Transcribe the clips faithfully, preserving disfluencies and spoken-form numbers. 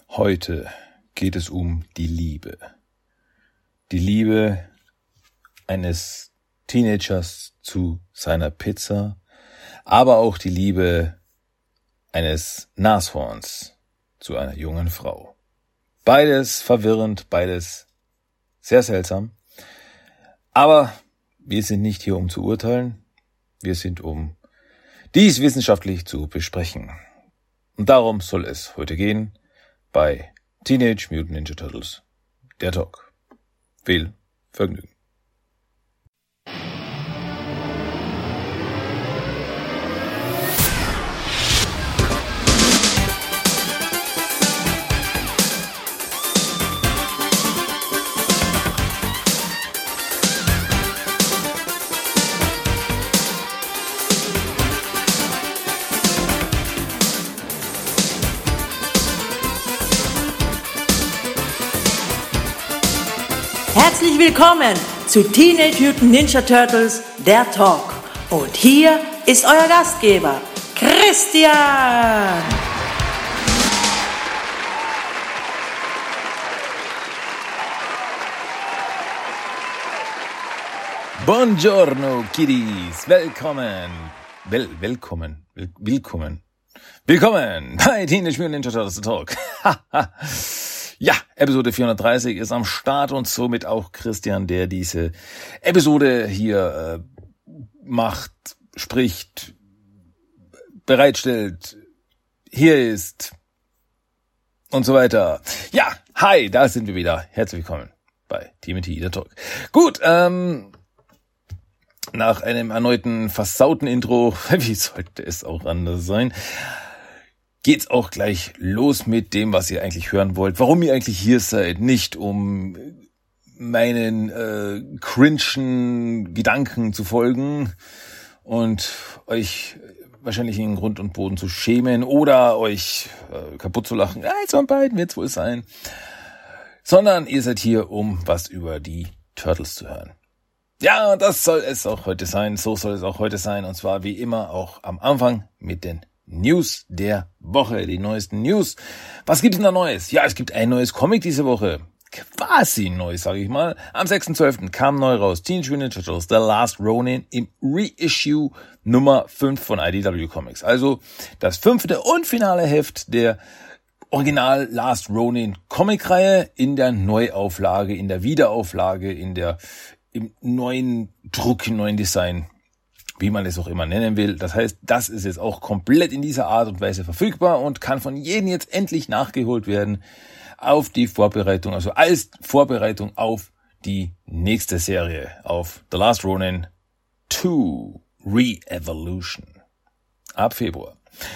Heute geht es um die Liebe. Die Liebe eines Teenagers zu seiner Pizza, aber auch die Liebe eines Nashorns zu einer jungen Frau. Beides verwirrend, beides sehr seltsam. Aber wir sind nicht hier, um zu urteilen. Wir sind, um dies wissenschaftlich zu besprechen. Und darum soll es heute gehen bei Teenage Mutant Ninja Turtles, der Talk. Viel Vergnügen. Herzlich willkommen zu Teenage Mutant Ninja Turtles, der Talk. Und hier ist euer Gastgeber, Christian. Buongiorno, Kiddies. Willkommen. Wel, willkommen. Will, willkommen. Willkommen bei Teenage Mutant Ninja Turtles, der Talk. Ja, Episode vierhundertdreißig ist am Start und somit auch Christian, der diese Episode hier äh, macht, spricht, bereitstellt, hier ist und so weiter. Ja, hi, da sind wir wieder. Herzlich willkommen bei T M T, der Talk. Gut, ähm, nach einem erneuten versauten Intro, wie sollte es auch anders sein, geht's auch gleich los mit dem, was ihr eigentlich hören wollt. Warum ihr eigentlich hier seid. Nicht um meinen äh, cringen Gedanken zu folgen und euch wahrscheinlich in Grund und Boden zu schämen oder euch äh, kaputt zu lachen. Ja, jetzt von beiden wird's wohl sein. Sondern ihr seid hier, um was über die Turtles zu hören. Ja, das soll es auch heute sein. So soll es auch heute sein. Und zwar wie immer auch am Anfang mit den News der Woche, die neuesten News. Was gibt's denn da Neues? Ja, es gibt ein neues Comic diese Woche. Quasi neu, sage ich mal. Am sechsten zwölften kam neu raus Teenage Mutant Ninja Turtles, The Last Ronin im Reissue Nummer fünf von I D W Comics. Also das fünfte und finale Heft der Original Last Ronin Comicreihe in der Neuauflage, in der Wiederauflage, in der im neuen Druck, im neuen Design, wie man es auch immer nennen will. Das heißt, das ist jetzt auch komplett in dieser Art und Weise verfügbar und kann von jedem jetzt endlich nachgeholt werden auf die Vorbereitung, also als Vorbereitung auf die nächste Serie, auf The Last Ronin zwei Re-Evolution ab Februar.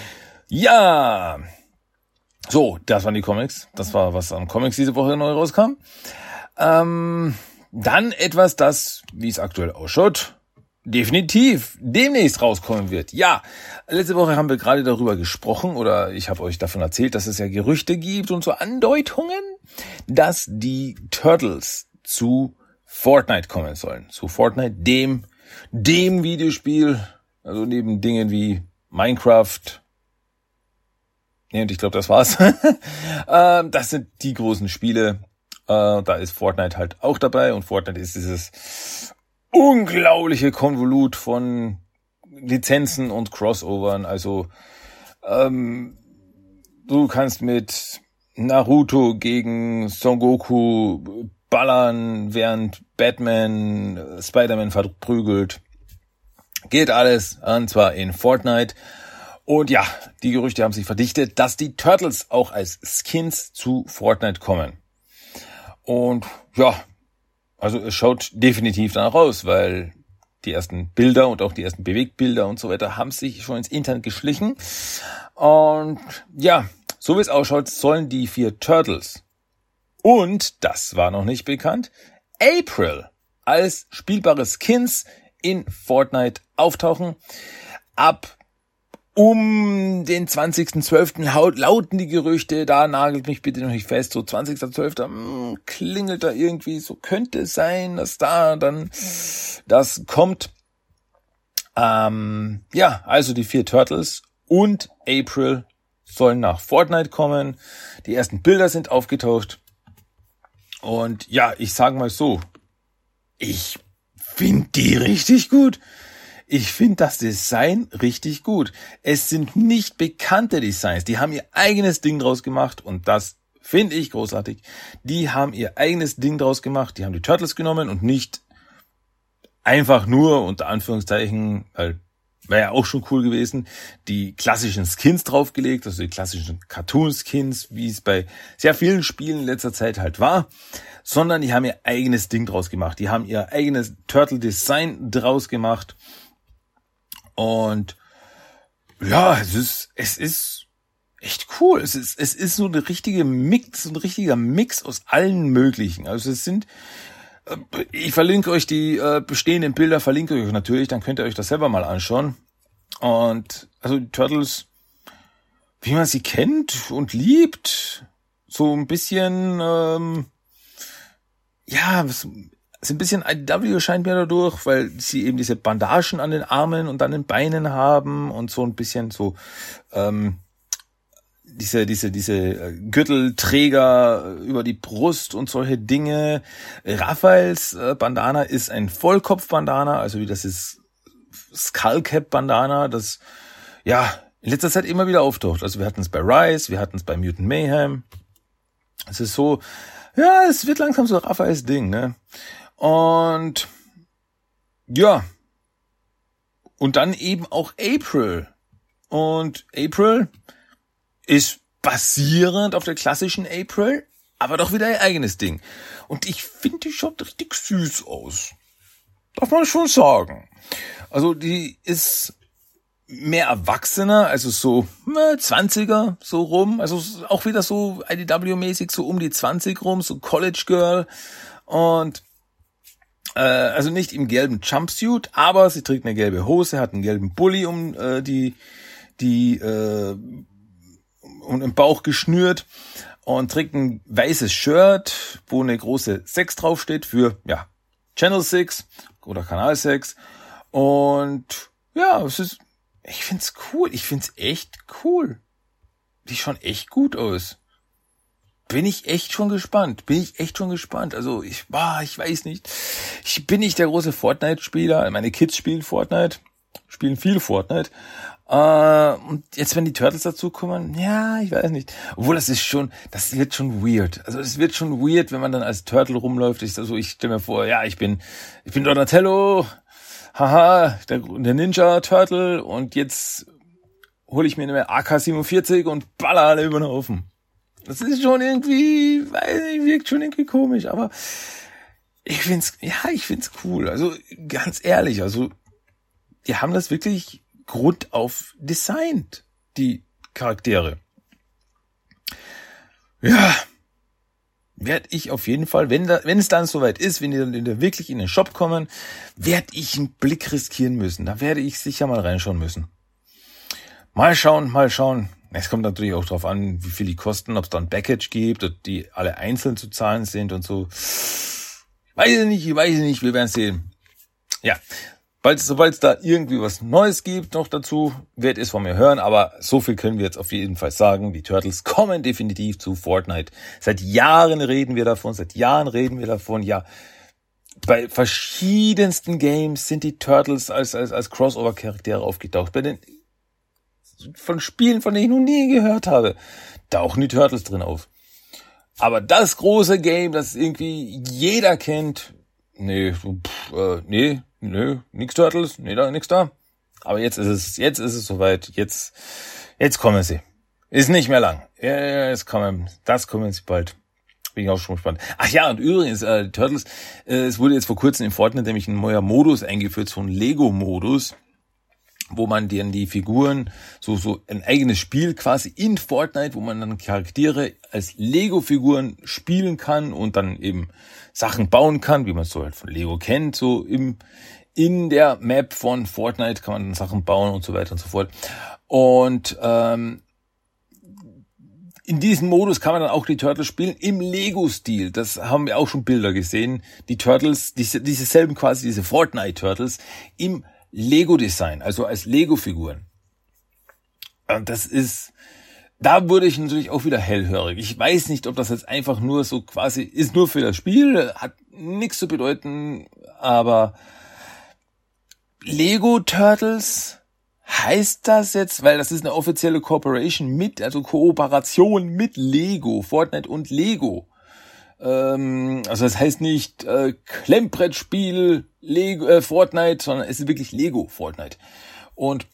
Ja, so, das waren die Comics. Das war, was am Comics diese Woche neu rauskam. Ähm, dann etwas, das, wie es aktuell ausschaut, definitiv demnächst rauskommen wird. Ja, letzte Woche haben wir gerade darüber gesprochen oder ich habe euch davon erzählt, dass es ja Gerüchte gibt und so Andeutungen, dass die Turtles zu Fortnite kommen sollen. Zu Fortnite, dem, dem Videospiel, also neben Dingen wie Minecraft. Nee, und ich glaube, das war's. ähm, das sind die großen Spiele. Äh, da ist Fortnite halt auch dabei und Fortnite ist dieses unglaubliche Konvolut von Lizenzen und Crossovern. Also ähm, du kannst mit Naruto gegen Son Goku ballern, während Batman Spider-Man verprügelt. Geht alles, und zwar in Fortnite. Und ja, die Gerüchte haben sich verdichtet, dass die Turtles auch als Skins zu Fortnite kommen. Und ja, also es schaut definitiv danach aus, weil die ersten Bilder und auch die ersten Bewegtbilder und so weiter haben sich schon ins Internet geschlichen. Und ja, so wie es ausschaut, sollen die vier Turtles und, das war noch nicht bekannt, April als spielbare Skins in Fortnite auftauchen. Ab um den zwanzigsten zwölften lauten die Gerüchte, da nagelt mich bitte noch nicht fest, so zwanzigsten zwölften Mh, klingelt da irgendwie, so könnte es sein, dass da dann das kommt. Ähm, ja, also die vier Turtles und April sollen nach Fortnite kommen. Die ersten Bilder sind aufgetaucht. Und ja, ich sage mal so, ich finde die richtig gut. Ich finde das Design richtig gut. Es sind nicht bekannte Designs. Die haben ihr eigenes Ding draus gemacht und das finde ich großartig. Die haben ihr eigenes Ding draus gemacht. Die haben die Turtles genommen und nicht einfach nur, unter Anführungszeichen, weil wäre ja auch schon cool gewesen, die klassischen Skins draufgelegt, also die klassischen Cartoon-Skins, wie es bei sehr vielen Spielen in letzter Zeit halt war, sondern die haben ihr eigenes Ding draus gemacht. Die haben ihr eigenes Turtle-Design draus gemacht. Und ja, es ist, es ist echt cool. Es ist, es ist so eine richtige Mix, so ein richtiger Mix aus allen möglichen. Also es sind, ich verlinke euch die äh, bestehenden Bilder, verlinke ich euch natürlich, dann könnt ihr euch das selber mal anschauen. Und also die Turtles, wie man sie kennt und liebt, so ein bisschen, ähm, ja, so ein bisschen I D W scheint mir dadurch, weil sie eben diese Bandagen an den Armen und an den Beinen haben und so ein bisschen so ähm, diese diese diese Gürtelträger über die Brust und solche Dinge. Raphaels äh, Bandana ist ein Vollkopf-Bandana, also wie das ist Skullcap-Bandana, das ja in letzter Zeit immer wieder auftaucht. Also wir hatten es bei Rise, wir hatten es bei Mutant Mayhem. Es ist so, ja, es wird langsam so Raphaels Ding, ne? Und ja, und dann eben auch April. Und April ist basierend auf der klassischen April, aber doch wieder ihr eigenes Ding. Und ich finde, die schaut richtig süß aus. Darf man schon sagen. Also die ist mehr erwachsener, also so äh, zwanziger so rum. Also auch wieder so I D W-mäßig, so um die zwanzig rum, so College Girl. Und äh, also nicht im gelben Jumpsuit, aber sie trägt eine gelbe Hose, hat einen gelben Bulli um äh, die die äh, um den Bauch geschnürt und trägt ein weißes Shirt, wo eine große sechs draufsteht für ja Channel sechs oder Kanal sechs. Und ja, es ist, ich find's cool, ich find's echt cool. Die schauen echt gut aus. Bin ich echt schon gespannt, bin ich echt schon gespannt. Also ich, bah, ich weiß nicht, ich bin nicht der große Fortnite-Spieler. Meine Kids spielen Fortnite, spielen viel Fortnite. Uh, und jetzt, wenn die Turtles dazukommen, ja, ich weiß nicht. Obwohl, das ist schon, das wird schon weird. Also, es wird schon weird, wenn man dann als Turtle rumläuft. Ich, also, ich stelle mir vor, ja, ich bin, ich bin Donatello, haha, der, der Ninja Turtle, und jetzt hole ich mir eine A K siebenundvierzig und baller alle über den Haufen. Das ist schon irgendwie, weiß nicht, wirkt schon irgendwie komisch, aber ich find's, ja, ich find's cool. Also, ganz ehrlich, also, die haben das wirklich Grund auf designt, die Charaktere. Ja, werde ich auf jeden Fall, wenn da, wenn es dann soweit ist, wenn die dann wirklich in den Shop kommen, werde ich einen Blick riskieren müssen. Da werde ich sicher mal reinschauen müssen. Mal schauen, mal schauen. Es kommt natürlich auch drauf an, wie viel die kosten, ob es da ein Package gibt, ob die alle einzeln zu zahlen sind und so. Ich weiß es nicht, ich weiß es nicht, wir werden sehen. Ja. Sobald es da irgendwie was Neues gibt noch dazu, werdet ihr es von mir hören, aber so viel können wir jetzt auf jeden Fall sagen. Die Turtles kommen definitiv zu Fortnite. Seit Jahren reden wir davon, seit Jahren reden wir davon, ja. Bei verschiedensten Games sind die Turtles als als als Crossover-Charaktere aufgetaucht. Bei den von Spielen, von denen ich noch nie gehört habe, tauchen die Turtles drin auf. Aber das große Game, das irgendwie jeder kennt, nee, pff, äh, nee, Nö, nix Turtles, nee, da, nix da. Aber jetzt ist es, jetzt ist es soweit, jetzt, jetzt kommen sie. Ist nicht mehr lang. Ja, jetzt kommen, das kommen sie bald. Bin ich auch schon gespannt. Ach ja, und übrigens, äh, Turtles, äh, es wurde jetzt vor kurzem in Fortnite nämlich ein neuer Modus eingeführt, so ein Lego-Modus, wo man dann die Figuren, so, so ein eigenes Spiel quasi in Fortnite, wo man dann Charaktere als Lego-Figuren spielen kann und dann eben Sachen bauen kann, wie man es so halt von Lego kennt, so im, in der Map von Fortnite kann man dann Sachen bauen und so weiter und so fort. Und, ähm, in diesem Modus kann man dann auch die Turtles spielen im Lego-Stil. Das haben wir auch schon Bilder gesehen. Die Turtles, diese, diese selben quasi, diese Fortnite-Turtles im Lego-Design, also als Lego-Figuren. Und das ist, da wurde ich natürlich auch wieder hellhörig. Ich weiß nicht, ob das jetzt einfach nur so quasi ist, nur für das Spiel, hat nichts zu bedeuten, aber Lego Turtles, heißt das jetzt, weil das ist eine offizielle Cooperation mit, also Kooperation mit Lego, Fortnite und Lego. Ähm, also das heißt nicht äh, Klemmbrettspiel Lego äh, Fortnite, sondern es ist wirklich Lego Fortnite. Und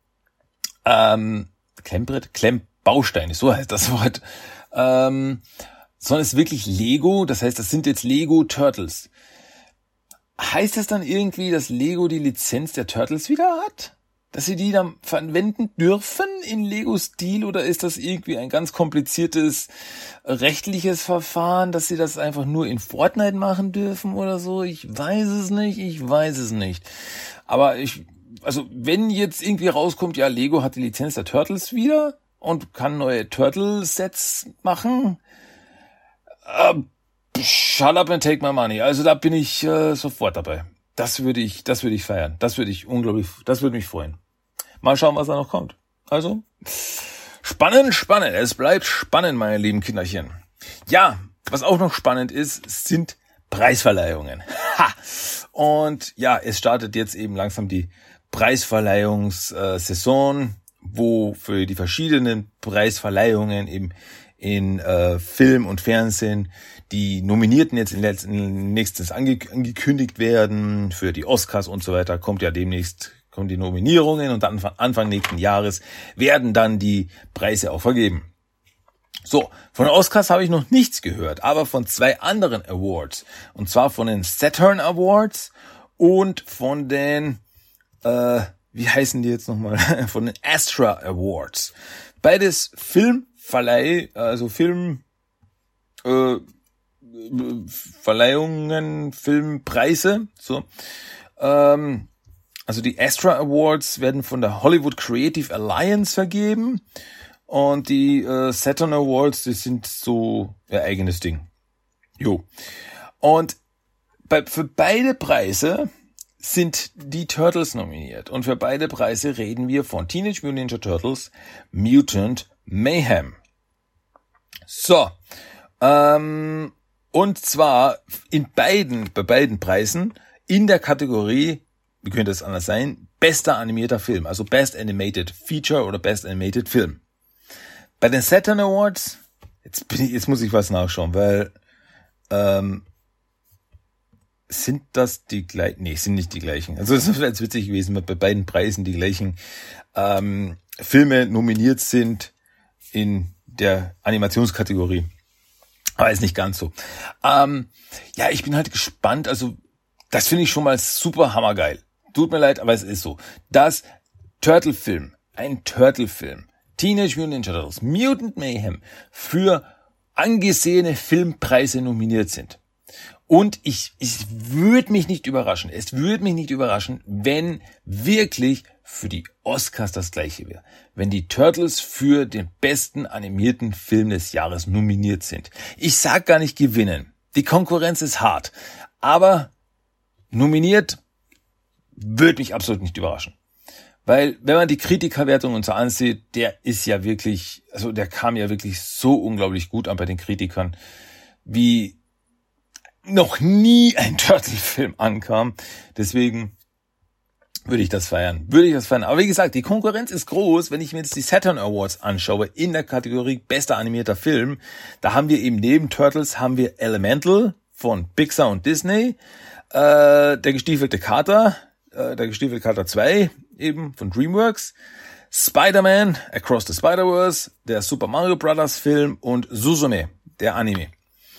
ähm, Klemmbrett, Klemmbausteine, so heißt das Wort. Ähm, sondern es ist wirklich Lego, das heißt, das sind jetzt Lego Turtles. Heißt das dann irgendwie, dass Lego die Lizenz der Turtles wieder hat? Dass sie die dann verwenden dürfen in Lego-Stil, oder ist das irgendwie ein ganz kompliziertes rechtliches Verfahren, dass sie das einfach nur in Fortnite machen dürfen oder so? Ich weiß es nicht, ich weiß es nicht. Aber ich, also wenn jetzt irgendwie rauskommt, ja, Lego hat die Lizenz der Turtles wieder und kann neue Turtle-Sets machen, äh, shut up and take my money. Also da bin ich äh, sofort dabei. Das würde ich, das würde ich feiern. Das würde ich unglaublich, das würde mich freuen. Mal schauen, was da noch kommt. Also, spannend, spannend. Es bleibt spannend, meine lieben Kinderchen. Ja, was auch noch spannend ist, sind Preisverleihungen. Ha! Und ja, es startet jetzt eben langsam die Preisverleihungssaison, wo für die verschiedenen Preisverleihungen eben in äh, Film und Fernsehen die Nominierten jetzt in letzten, nächstes ange, angekündigt werden. Für die Oscars und so weiter kommt ja demnächst kommen die Nominierungen, und dann Anfang nächsten Jahres werden dann die Preise auch vergeben. So, von den Oscars habe ich noch nichts gehört, aber von zwei anderen Awards, und zwar von den Saturn Awards und von den äh, wie heißen die jetzt nochmal? Von den Astra Awards. Beides Filmverleih, also Film äh, Verleihungen, Filmpreise. So, ähm, also die Astra Awards werden von der Hollywood Creative Alliance vergeben, und die äh, Saturn Awards, die sind so ihr eigenes Ding. Jo. Und bei, für beide Preise sind die Turtles nominiert. Und für beide Preise reden wir von Teenage Mutant Ninja Turtles Mutant Mayhem. So. Ähm, und zwar in beiden, bei beiden Preisen in der Kategorie, wie könnte es anders sein, bester animierter Film. Also Best Animated Feature oder Best Animated Film. Bei den Saturn Awards, jetzt bin ich, jetzt muss ich was nachschauen, weil, ähm, sind das die gleichen? Nee, sind nicht die gleichen. Also es wäre jetzt witzig gewesen, wenn bei beiden Preisen die gleichen ähm, Filme nominiert sind in der Animationskategorie. Aber ist nicht ganz so. Ähm, ja, ich bin halt gespannt. Also das finde ich schon mal super hammergeil. Tut mir leid, aber es ist so. Das Turtle-Film, ein Turtle-Film, Teenage Mutant Ninja Turtles Mutant Mayhem, für angesehene Filmpreise nominiert sind. Und ich, ich würde mich nicht überraschen, es würde mich nicht überraschen, wenn wirklich für die Oscars das Gleiche wäre. Wenn die Turtles für den besten animierten Film des Jahres nominiert sind. Ich sag gar nicht gewinnen. Die Konkurrenz ist hart. Aber nominiert würde mich absolut nicht überraschen. Weil, wenn man die Kritikerwertungen so ansieht, der ist ja wirklich, also der kam ja wirklich so unglaublich gut an bei den Kritikern, wie noch nie ein Turtle-Film ankam. Deswegen würde ich das feiern. Würde ich das feiern. Aber wie gesagt, die Konkurrenz ist groß. Wenn ich mir jetzt die Saturn Awards anschaue in der Kategorie bester animierter Film, da haben wir eben neben Turtles haben wir Elemental von Pixar und Disney, äh, der gestiefelte Kater, äh, der gestiefelte Kater zwei eben von DreamWorks, Spider-Man Across the Spider-Verse, der Super Mario Brothers Film und Suzume, der Anime.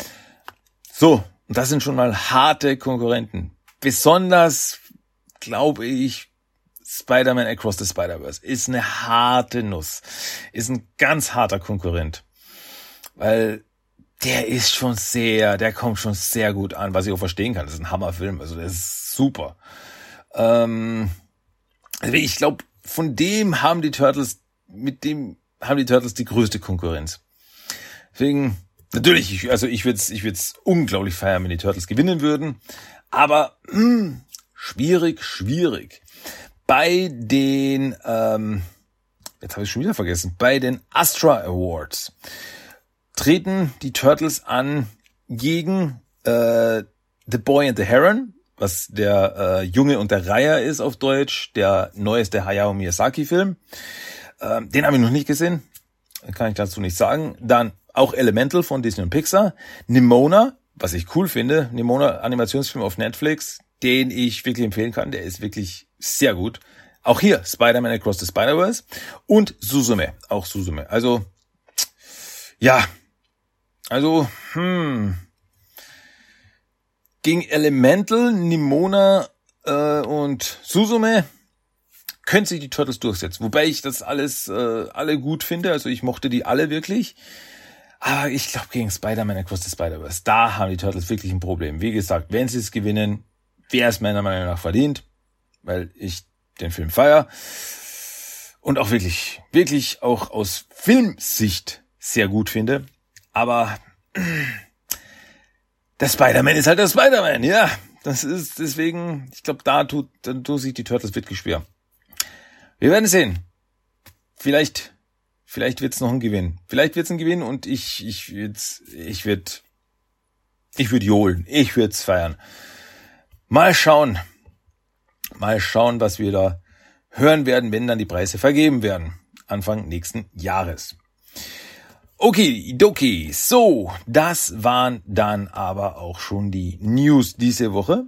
So. Und das sind schon mal harte Konkurrenten. Besonders, glaube ich, Spider-Man Across the Spider-Verse ist eine harte Nuss. Ist ein ganz harter Konkurrent. Weil der ist schon sehr, der kommt schon sehr gut an, was ich auch verstehen kann. Das ist ein Hammerfilm, also der ist super. Ähm, also ich glaube, von dem haben die Turtles, mit dem haben die Turtles die größte Konkurrenz. Deswegen, natürlich, ich, also ich würde es ich würd's unglaublich feiern, wenn die Turtles gewinnen würden. Aber mh, schwierig, schwierig. Bei den ähm, jetzt habe ich schon wieder vergessen, bei den Astra Awards treten die Turtles an gegen äh, The Boy and the Heron, was der äh, Junge und der Reiher ist auf Deutsch, der neueste Hayao Miyazaki-Film. Ähm, den habe ich noch nicht gesehen, kann ich dazu nicht sagen. Dann auch Elemental von Disney und Pixar. Nimona, was ich cool finde, Nimona Animationsfilm auf Netflix, den ich wirklich empfehlen kann, der ist wirklich sehr gut. Auch hier Spider-Man Across the Spider-Verse und Suzume, auch Suzume. Also, ja, also, hm, gegen Elemental, Nimona äh, und Suzume können sich die Turtles durchsetzen. Wobei ich das alles äh, alle gut finde, also ich mochte die alle wirklich. Aber ich glaube, gegen Spider-Man Across the Spider-Verse, da haben die Turtles wirklich ein Problem. Wie gesagt, wenn sie es gewinnen, wäre es meiner Meinung nach verdient, weil ich den Film feiere und auch wirklich, wirklich auch aus Filmsicht sehr gut finde. Aber der Spider-Man ist halt der Spider-Man, ja. Das ist deswegen, ich glaube, da tut, dann tut sich die Turtles wirklich schwer. Wir werden sehen. Vielleicht, vielleicht wird's noch ein Gewinn. Vielleicht wird's ein Gewinn und ich, ich wird's, ich wird, ich würde johlen. Ich würd's feiern. Mal schauen. Mal schauen, was wir da hören werden, wenn dann die Preise vergeben werden. Anfang nächsten Jahres. Okay, doki. So, das waren dann aber auch schon die News diese Woche.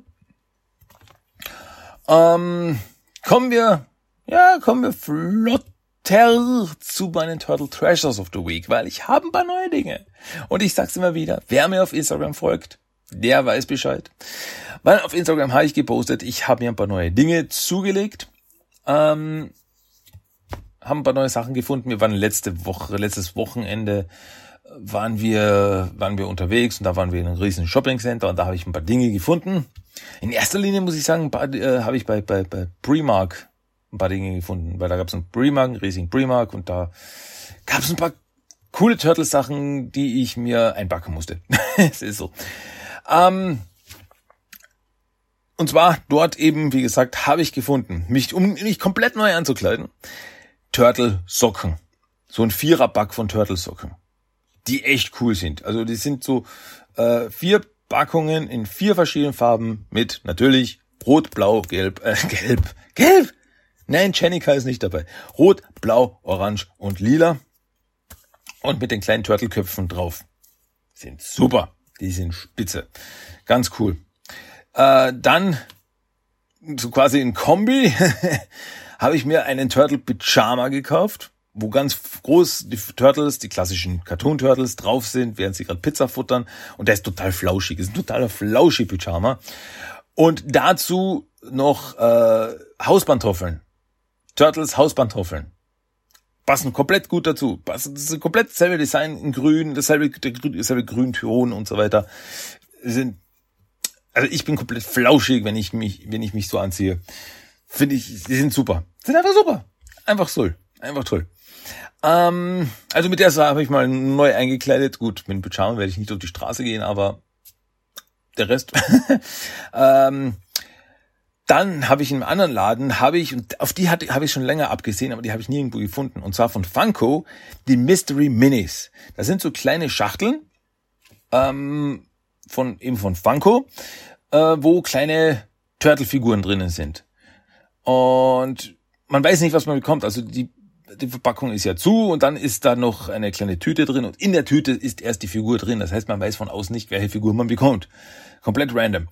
Ähm, kommen wir, ja, kommen wir flotter zu meinen Turtle Treasures of the Week, weil ich habe ein paar neue Dinge. Und ich sag's immer wieder, wer mir auf Instagram folgt, der weiß Bescheid. Weil auf Instagram habe ich gepostet, ich habe mir ein paar neue Dinge zugelegt. Ähm, haben ein paar neue Sachen gefunden. Wir waren letzte Woche, letztes Wochenende waren wir, waren wir unterwegs und da waren wir in einem riesen Shopping-Center und da habe ich ein paar Dinge gefunden. In erster Linie muss ich sagen, ein paar, äh, habe ich bei, bei, bei Primark ein paar Dinge gefunden, weil da gab es einen Primark, einen riesigen Primark und da gab es ein paar coole Turtles-Sachen, die ich mir einpacken musste. Es ist so. Ähm, und zwar dort eben, wie gesagt, habe ich gefunden, mich, um mich komplett neu anzukleiden, Turtle-Socken. So ein Vierer-Pack von Turtle-Socken. Die echt cool sind. Also die sind so äh, vier Packungen in vier verschiedenen Farben mit natürlich Rot, Blau, Gelb, äh, Gelb, Gelb! Nein, Chenica ist nicht dabei. Rot, Blau, Orange und Lila. Und mit den kleinen Turtle-Köpfen drauf. Sind super. Die sind spitze. Ganz cool. Äh, dann, so quasi in Kombi, habe ich mir einen Turtle-Pyjama gekauft, wo ganz groß die Turtles, die klassischen Cartoon-Turtles drauf sind, während sie gerade Pizza futtern. Und der ist total flauschig. Das ist ein totaler Flauschi-Pyjama. Und dazu noch äh, Hauspantoffeln. Turtles Hauspantoffeln. Passen komplett gut dazu. Passen, das ist komplett dasselbe Design in grün, dasselbe, der, dasselbe Grünton und so weiter. Sind, also ich bin komplett flauschig, wenn ich mich, wenn ich mich so anziehe. Finde ich, die sind super. Sind einfach super. Einfach toll. Einfach toll. Ähm, also mit der Sache habe ich mal neu eingekleidet. Gut, mit dem Pyjama werde ich nicht auf die Straße gehen, aber der Rest. ähm, dann habe ich in einem anderen Laden, habe ich, und auf die hatte, habe ich schon länger abgesehen, aber die habe ich nirgendwo gefunden. Und zwar von Funko, die Mystery Minis. Das sind so kleine Schachteln, ähm, von, eben von Funko, äh, wo kleine Turtle-Figuren drinnen sind. Und man weiß nicht, was man bekommt. Also die, die Verpackung ist ja zu und dann ist da noch eine kleine Tüte drin und in der Tüte ist erst die Figur drin. Das heißt, man weiß von außen nicht, welche Figur man bekommt. Komplett random.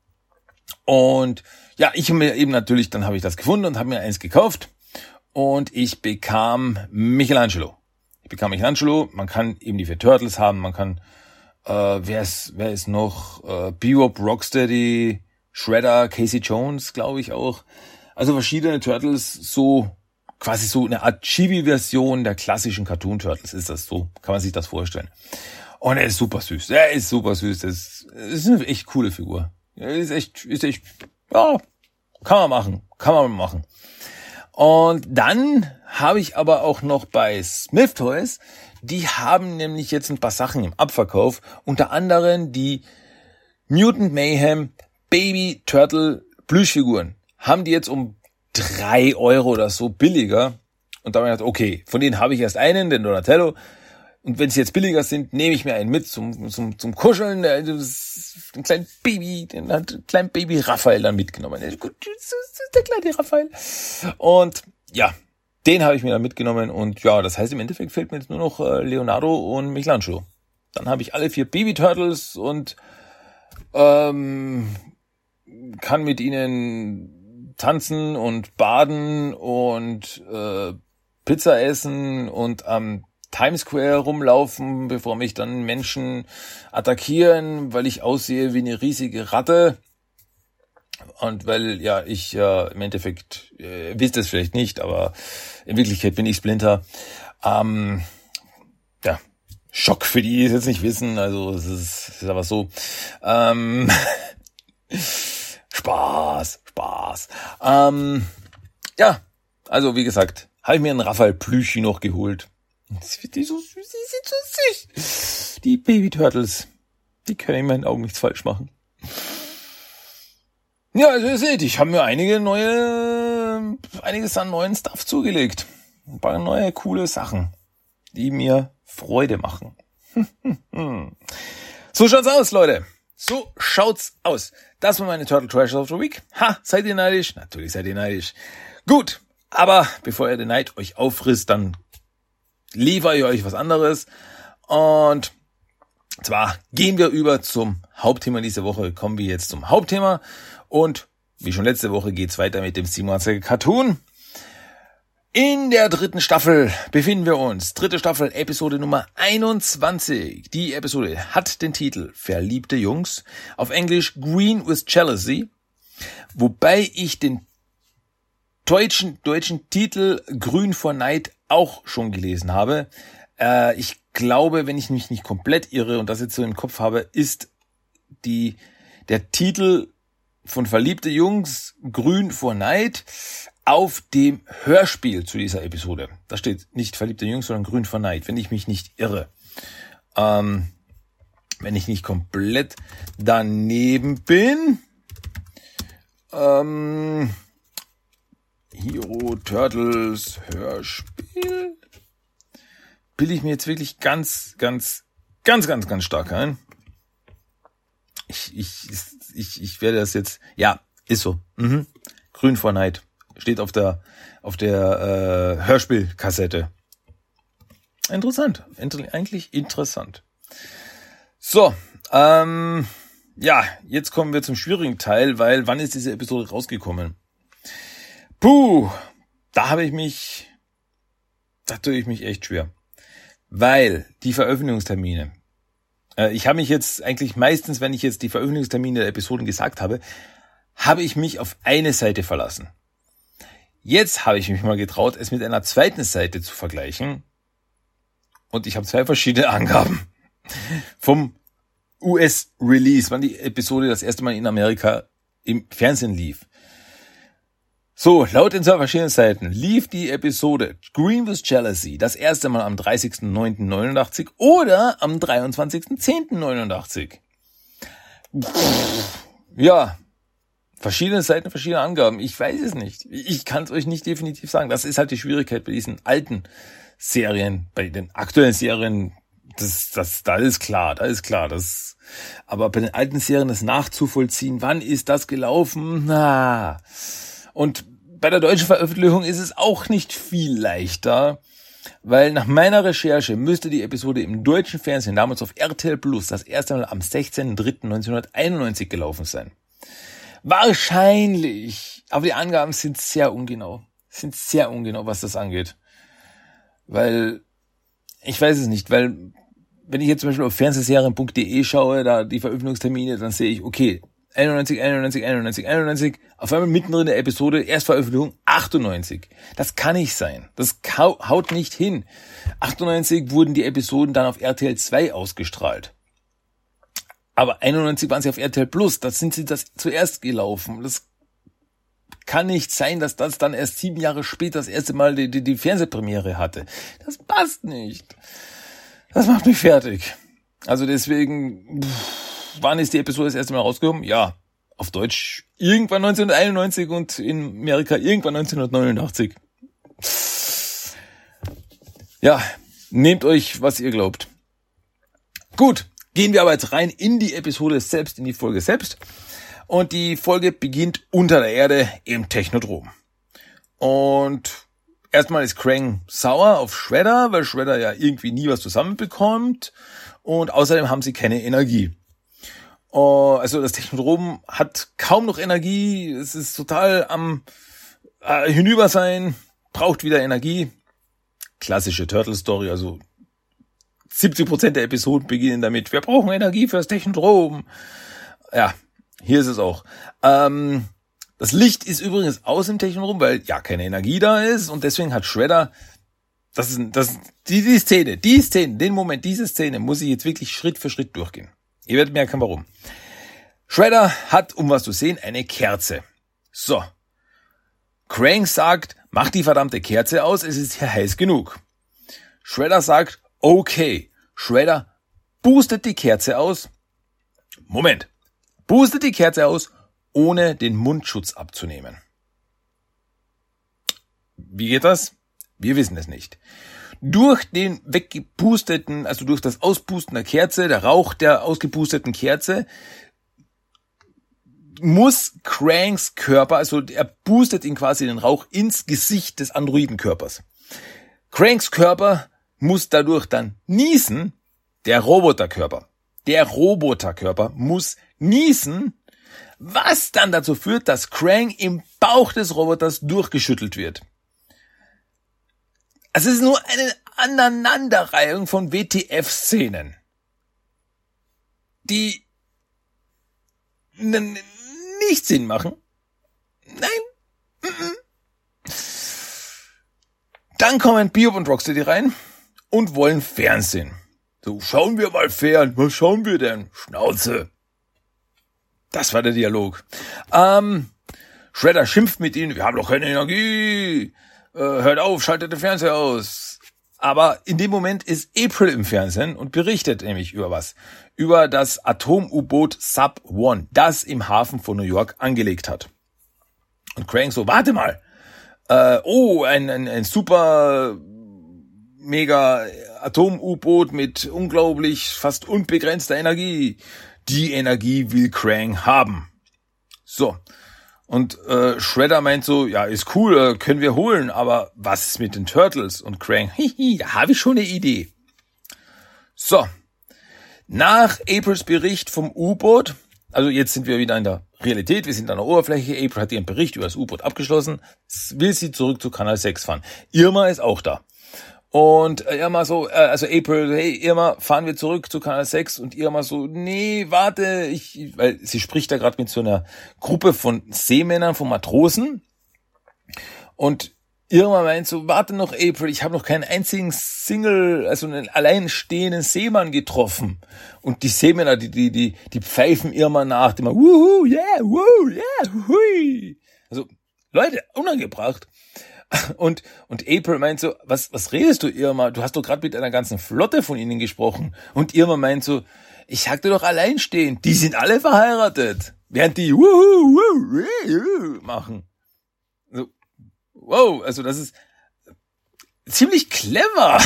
Und ja, ich habe mir eben natürlich, dann habe ich das gefunden und habe mir eins gekauft und ich bekam Michelangelo. Ich bekam Michelangelo, man kann eben die vier Turtles haben, man kann, äh, wer ist, wer ist noch, äh, Bebop, Rocksteady, Shredder, Casey Jones, glaube ich auch. Also verschiedene Turtles, so quasi so eine Art Chibi-Version der klassischen Cartoon-Turtles ist das so, kann man sich das vorstellen. Und er ist super süß, er ist super süß, das ist eine echt coole Figur. Er ist echt, ist echt, ja, kann man machen, kann man machen. Und dann habe ich aber auch noch bei Smith Toys, die haben nämlich jetzt ein paar Sachen im Abverkauf, unter anderem die Mutant Mayhem Baby Turtle Plüschfiguren. Haben die jetzt um drei Euro oder so billiger Und da habe ich gedacht, okay, von denen habe ich erst einen, den Donatello. Und wenn sie jetzt billiger sind, nehme ich mir einen mit zum zum zum Kuscheln. Den kleinen Baby, den hat den kleinen Baby Raphael dann mitgenommen. Der kleine Raphael. Und ja, den habe ich mir dann mitgenommen. Und ja, das heißt, im Endeffekt fehlt mir jetzt nur noch Leonardo und Michelangelo. Dann habe ich alle vier Baby Turtles und ähm, kann mit ihnen tanzen und baden und äh, Pizza essen und am ähm, Times Square rumlaufen, bevor mich dann Menschen attackieren, weil ich aussehe wie eine riesige Ratte. Und weil, ja, ich äh, im Endeffekt, äh, wisst es vielleicht nicht, aber in Wirklichkeit bin ich Splinter. Ähm, ja, Schock für die, die es jetzt nicht wissen, also es ist, es ist aber so. Ähm, Spaß, Spaß. Ähm, ja, also wie gesagt, habe ich mir einen Raphael Plüschi noch geholt. Die so süß, die sind so süß. Die Baby Turtles, die können in meinen Augen nichts falsch machen. Ja, also ihr seht, ich habe mir einige neue, einiges an neuen Stuff zugelegt. Ein paar neue coole Sachen, die mir Freude machen. So schaut's aus, Leute. So schaut's aus. Das war meine Turtle Treasures of the Week. Ha, seid ihr neidisch? Natürlich seid ihr neidisch. Gut, aber bevor ihr den Neid euch auffrisst, dann liefere ich euch was anderes. Und zwar gehen wir über zum Hauptthema dieser Woche. Kommen wir jetzt zum Hauptthema. Und wie schon letzte Woche geht's weiter mit dem siebenundzwanziger Cartoon. In der dritten Staffel befinden wir uns. Dritte Staffel, Episode Nummer einundzwanzig. Die Episode hat den Titel Verliebte Jungs. Auf Englisch Green with Jealousy. Wobei ich den deutschen, deutschen Titel Grün vor Neid auch schon gelesen habe. Äh, ich glaube, wenn ich mich nicht komplett irre und das jetzt so im Kopf habe, ist die der Titel von Verliebte Jungs Grün vor Neid auf dem Hörspiel zu dieser Episode. Da steht nicht Verliebte Jungs, sondern Grün vor Neid, wenn ich mich nicht irre. Ähm, wenn ich nicht komplett daneben bin. Ähm... Hero Turtles Hörspiel. Bilde ich mir jetzt wirklich ganz, ganz, ganz, ganz, ganz stark ein. Ich, ich, ich, ich werde das jetzt, ja, ist so. Mhm. Grün vor Neid. Steht auf der, auf der, äh, Hörspielkassette. Interessant. Inter- eigentlich interessant. So, ähm, ja, jetzt kommen wir zum schwierigen Teil, weil wann ist diese Episode rausgekommen? Puh, da habe ich mich, da tue ich mich echt schwer. Weil die Veröffentlichungstermine, äh, ich habe mich jetzt eigentlich meistens, wenn ich jetzt die Veröffentlichungstermine der Episoden gesagt habe, habe ich mich auf eine Seite verlassen. Jetzt habe ich mich mal getraut, es mit einer zweiten Seite zu vergleichen. Und ich habe zwei verschiedene Angaben. Vom U S-Release, wann die Episode das erste Mal in Amerika im Fernsehen lief. So, laut den zwei verschiedenen Seiten lief die Episode Green with Jealousy das erste Mal am dreißigsten neunten neunundachtzig oder am dreiundzwanzigsten zehnten neunundachtzig. Ja, verschiedene Seiten, verschiedene Angaben. Ich weiß es nicht. Ich kann es euch nicht definitiv sagen. Das ist halt die Schwierigkeit bei diesen alten Serien, bei den aktuellen Serien. Das, das, da ist klar, da ist klar. Das, aber bei den alten Serien das nachzuvollziehen, wann ist das gelaufen? Na. Und bei der deutschen Veröffentlichung ist es auch nicht viel leichter, weil nach meiner Recherche müsste die Episode im deutschen Fernsehen damals auf R T L Plus das erste Mal am sechzehnten dritten neunzehnhunderteinundneunzig gelaufen sein. Wahrscheinlich, aber die Angaben sind sehr ungenau, sind sehr ungenau, was das angeht. Weil, ich weiß es nicht, weil wenn ich jetzt zum Beispiel auf fernsehserien punkt de schaue, da die Veröffentlichungstermine, dann sehe ich, okay, einundneunzig, einundneunzig, einundneunzig, einundneunzig, auf einmal mittendrin der Episode, Erstveröffentlichung achtundneunzig. Das kann nicht sein. Das haut nicht hin. achtundneunzig wurden die Episoden dann auf R T L zwei ausgestrahlt. Aber einundneunzig waren sie auf R T L Plus. Da sind sie das zuerst gelaufen. Das kann nicht sein, dass das dann erst sieben Jahre später das erste Mal die, die, die Fernsehpremiere hatte. Das passt nicht. Das macht mich fertig. Also deswegen... Pff, wann ist die Episode das erste Mal rausgekommen? Ja, auf Deutsch irgendwann neunzehnhunderteinundneunzig und in Amerika irgendwann neunzehnhundertneunundachtzig. Ja, nehmt euch, was ihr glaubt. Gut, gehen wir aber jetzt rein in die Episode selbst, in die Folge selbst. Und die Folge beginnt unter der Erde im Technodrom. Und erstmal ist Krang sauer auf Shredder, weil Shredder ja irgendwie nie was zusammenbekommt. Und außerdem haben sie keine Energie. Also das Technodrom hat kaum noch Energie. Es ist total am äh, Hinübersein, braucht wieder Energie. Klassische Turtle-Story, also siebzig Prozent der Episoden beginnen damit, wir brauchen Energie für das Technodrom. Ja, hier ist es auch. Ähm, das Licht ist übrigens aus im Technodrom, weil ja keine Energie da ist und deswegen hat Shredder, das ist, das ist die, die Szene, die Szene, den Moment, diese Szene muss ich jetzt wirklich Schritt für Schritt durchgehen. Ihr werdet merken, warum. Shredder hat, um was zu sehen, eine Kerze. So. Krang sagt, mach die verdammte Kerze aus, es ist hier heiß genug. Shredder sagt, okay. Shredder boostet die Kerze aus. Moment. Boostet die Kerze aus, ohne den Mundschutz abzunehmen. Wie geht das? Wir wissen es nicht. Durch den weggepusteten, also durch das Auspusten der Kerze, der Rauch der ausgepusteten Kerze, muss Krangs Körper, also er boostet ihn quasi den Rauch ins Gesicht des Androidenkörpers. Krangs Körper muss dadurch dann niesen, der Roboterkörper. Der Roboterkörper muss niesen, was dann dazu führt, dass Krang im Bauch des Roboters durchgeschüttelt wird. Also es ist nur eine Aneinanderreihung von W T F-Szenen, die n- nicht Sinn machen. Nein. Dann kommen Bebop und Rocksteady rein und wollen Fernsehen. So, schauen wir mal fern. Was schauen wir denn? Schnauze. Das war der Dialog. Ähm, Shredder schimpft mit ihnen. Wir haben doch keine Energie. Äh, hört auf, schaltet den Fernseher aus. Aber in dem Moment ist April im Fernsehen und berichtet nämlich über was. Über das Atom-U-Boot Sub One, das im Hafen von New York angelegt hat. Und Krang so, warte mal. Äh, oh, ein, ein, ein super mega Atom-U-Boot mit unglaublich fast unbegrenzter Energie. Die Energie will Krang haben. So. Und äh, Shredder meint so, ja, ist cool, äh, können wir holen, aber was ist mit den Turtles? Und Krang, hihi, da habe ich schon eine Idee. So. Nach Aprils Bericht vom U-Boot, also jetzt sind wir wieder in der Realität, wir sind an der Oberfläche, April hat ihren Bericht über das U-Boot abgeschlossen, will sie zurück zu Kanal sechs fahren. Irma ist auch da. Und Irma so, äh, also April, hey Irma, fahren wir zurück zu Kanal sechs und Irma so, nee, warte, ich, weil sie spricht da gerade mit so einer Gruppe von Seemännern, von Matrosen und Irma meint so, warte noch April, ich habe noch keinen einzigen Single, also einen alleinstehenden Seemann getroffen. Und die Seemänner, die, die, die, die pfeifen Irma nach, die immer, wuhu, yeah, wuhu, yeah, hui. Also, Leute, unangebracht. Und, und April meint so, was, was redest du, Irma? Du hast doch gerade mit einer ganzen Flotte von ihnen gesprochen. Und Irma meint so, ich sagte doch alleinstehend, die sind alle verheiratet. Während die, wuhu, wuhu, machen. So. Wow, also das ist ziemlich clever.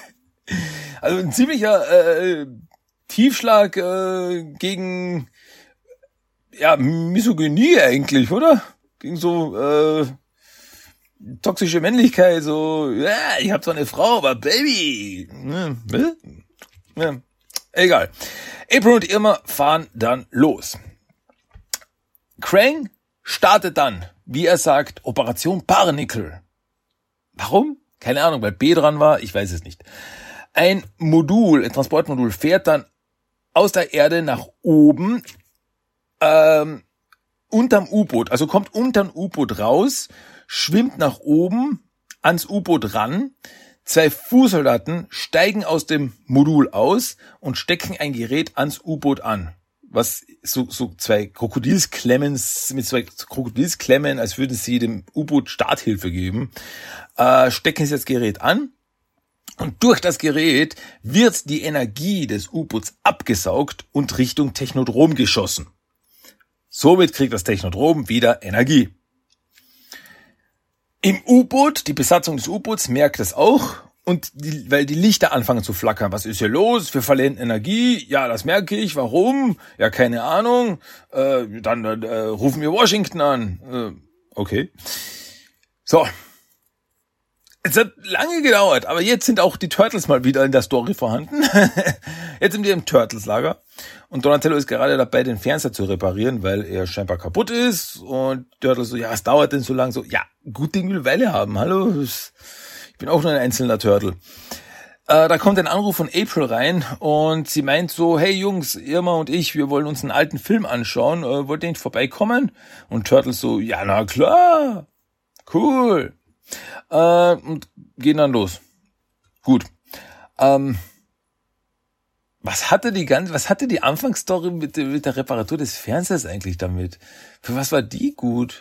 Also ein ziemlicher äh, Tiefschlag äh, gegen ja Misogynie eigentlich, oder? Gegen so äh, toxische Männlichkeit, so ja, ich habe zwar eine Frau, aber Baby. Ja, ja, egal. April und Irma fahren dann los. Krang startet dann, wie er sagt, Operation Barnacle. Warum? Keine Ahnung, weil B dran war, ich weiß es nicht. Ein Modul, ein Transportmodul fährt dann aus der Erde nach oben, ähm, unterm U-Boot, also kommt unterm U-Boot raus, schwimmt nach oben ans U-Boot ran, zwei Fußsoldaten steigen aus dem Modul aus und stecken ein Gerät ans U-Boot an. Was so, so zwei Krokodilsklemmen, mit zwei Krokodilsklemmen, als würden sie dem U-Boot Starthilfe geben, äh, stecken sie das Gerät an und durch das Gerät wird die Energie des U-Boots abgesaugt und Richtung Technodrom geschossen. Somit kriegt das Technodrom wieder Energie. Im U-Boot, die Besatzung des U-Boots merkt es auch und die, weil die Lichter anfangen zu flackern. Was ist hier los? Wir verlieren Energie. Ja, das merke ich. Warum? Ja, keine Ahnung. Äh, dann äh, rufen wir Washington an. Äh, okay. So. Es hat lange gedauert, aber jetzt sind auch die Turtles mal wieder in der Story vorhanden. Jetzt sind wir im Turtles-Lager und Donatello ist gerade dabei, den Fernseher zu reparieren, weil er scheinbar kaputt ist und Turtles so, ja, was dauert denn so lang? So, ja, gut Ding will Weile haben, hallo, ich bin auch nur ein einzelner Turtle. Äh, da kommt ein Anruf von April rein und sie meint so, hey Jungs, Irma und ich, wir wollen uns einen alten Film anschauen, äh, wollt ihr nicht vorbeikommen? Und Turtles so, ja, na klar, cool. Äh, und gehen dann los. Gut. Ähm, was hatte die ganze, was hatte die Anfangsstory mit, mit der Reparatur des Fernsehers eigentlich damit? Für was war die gut?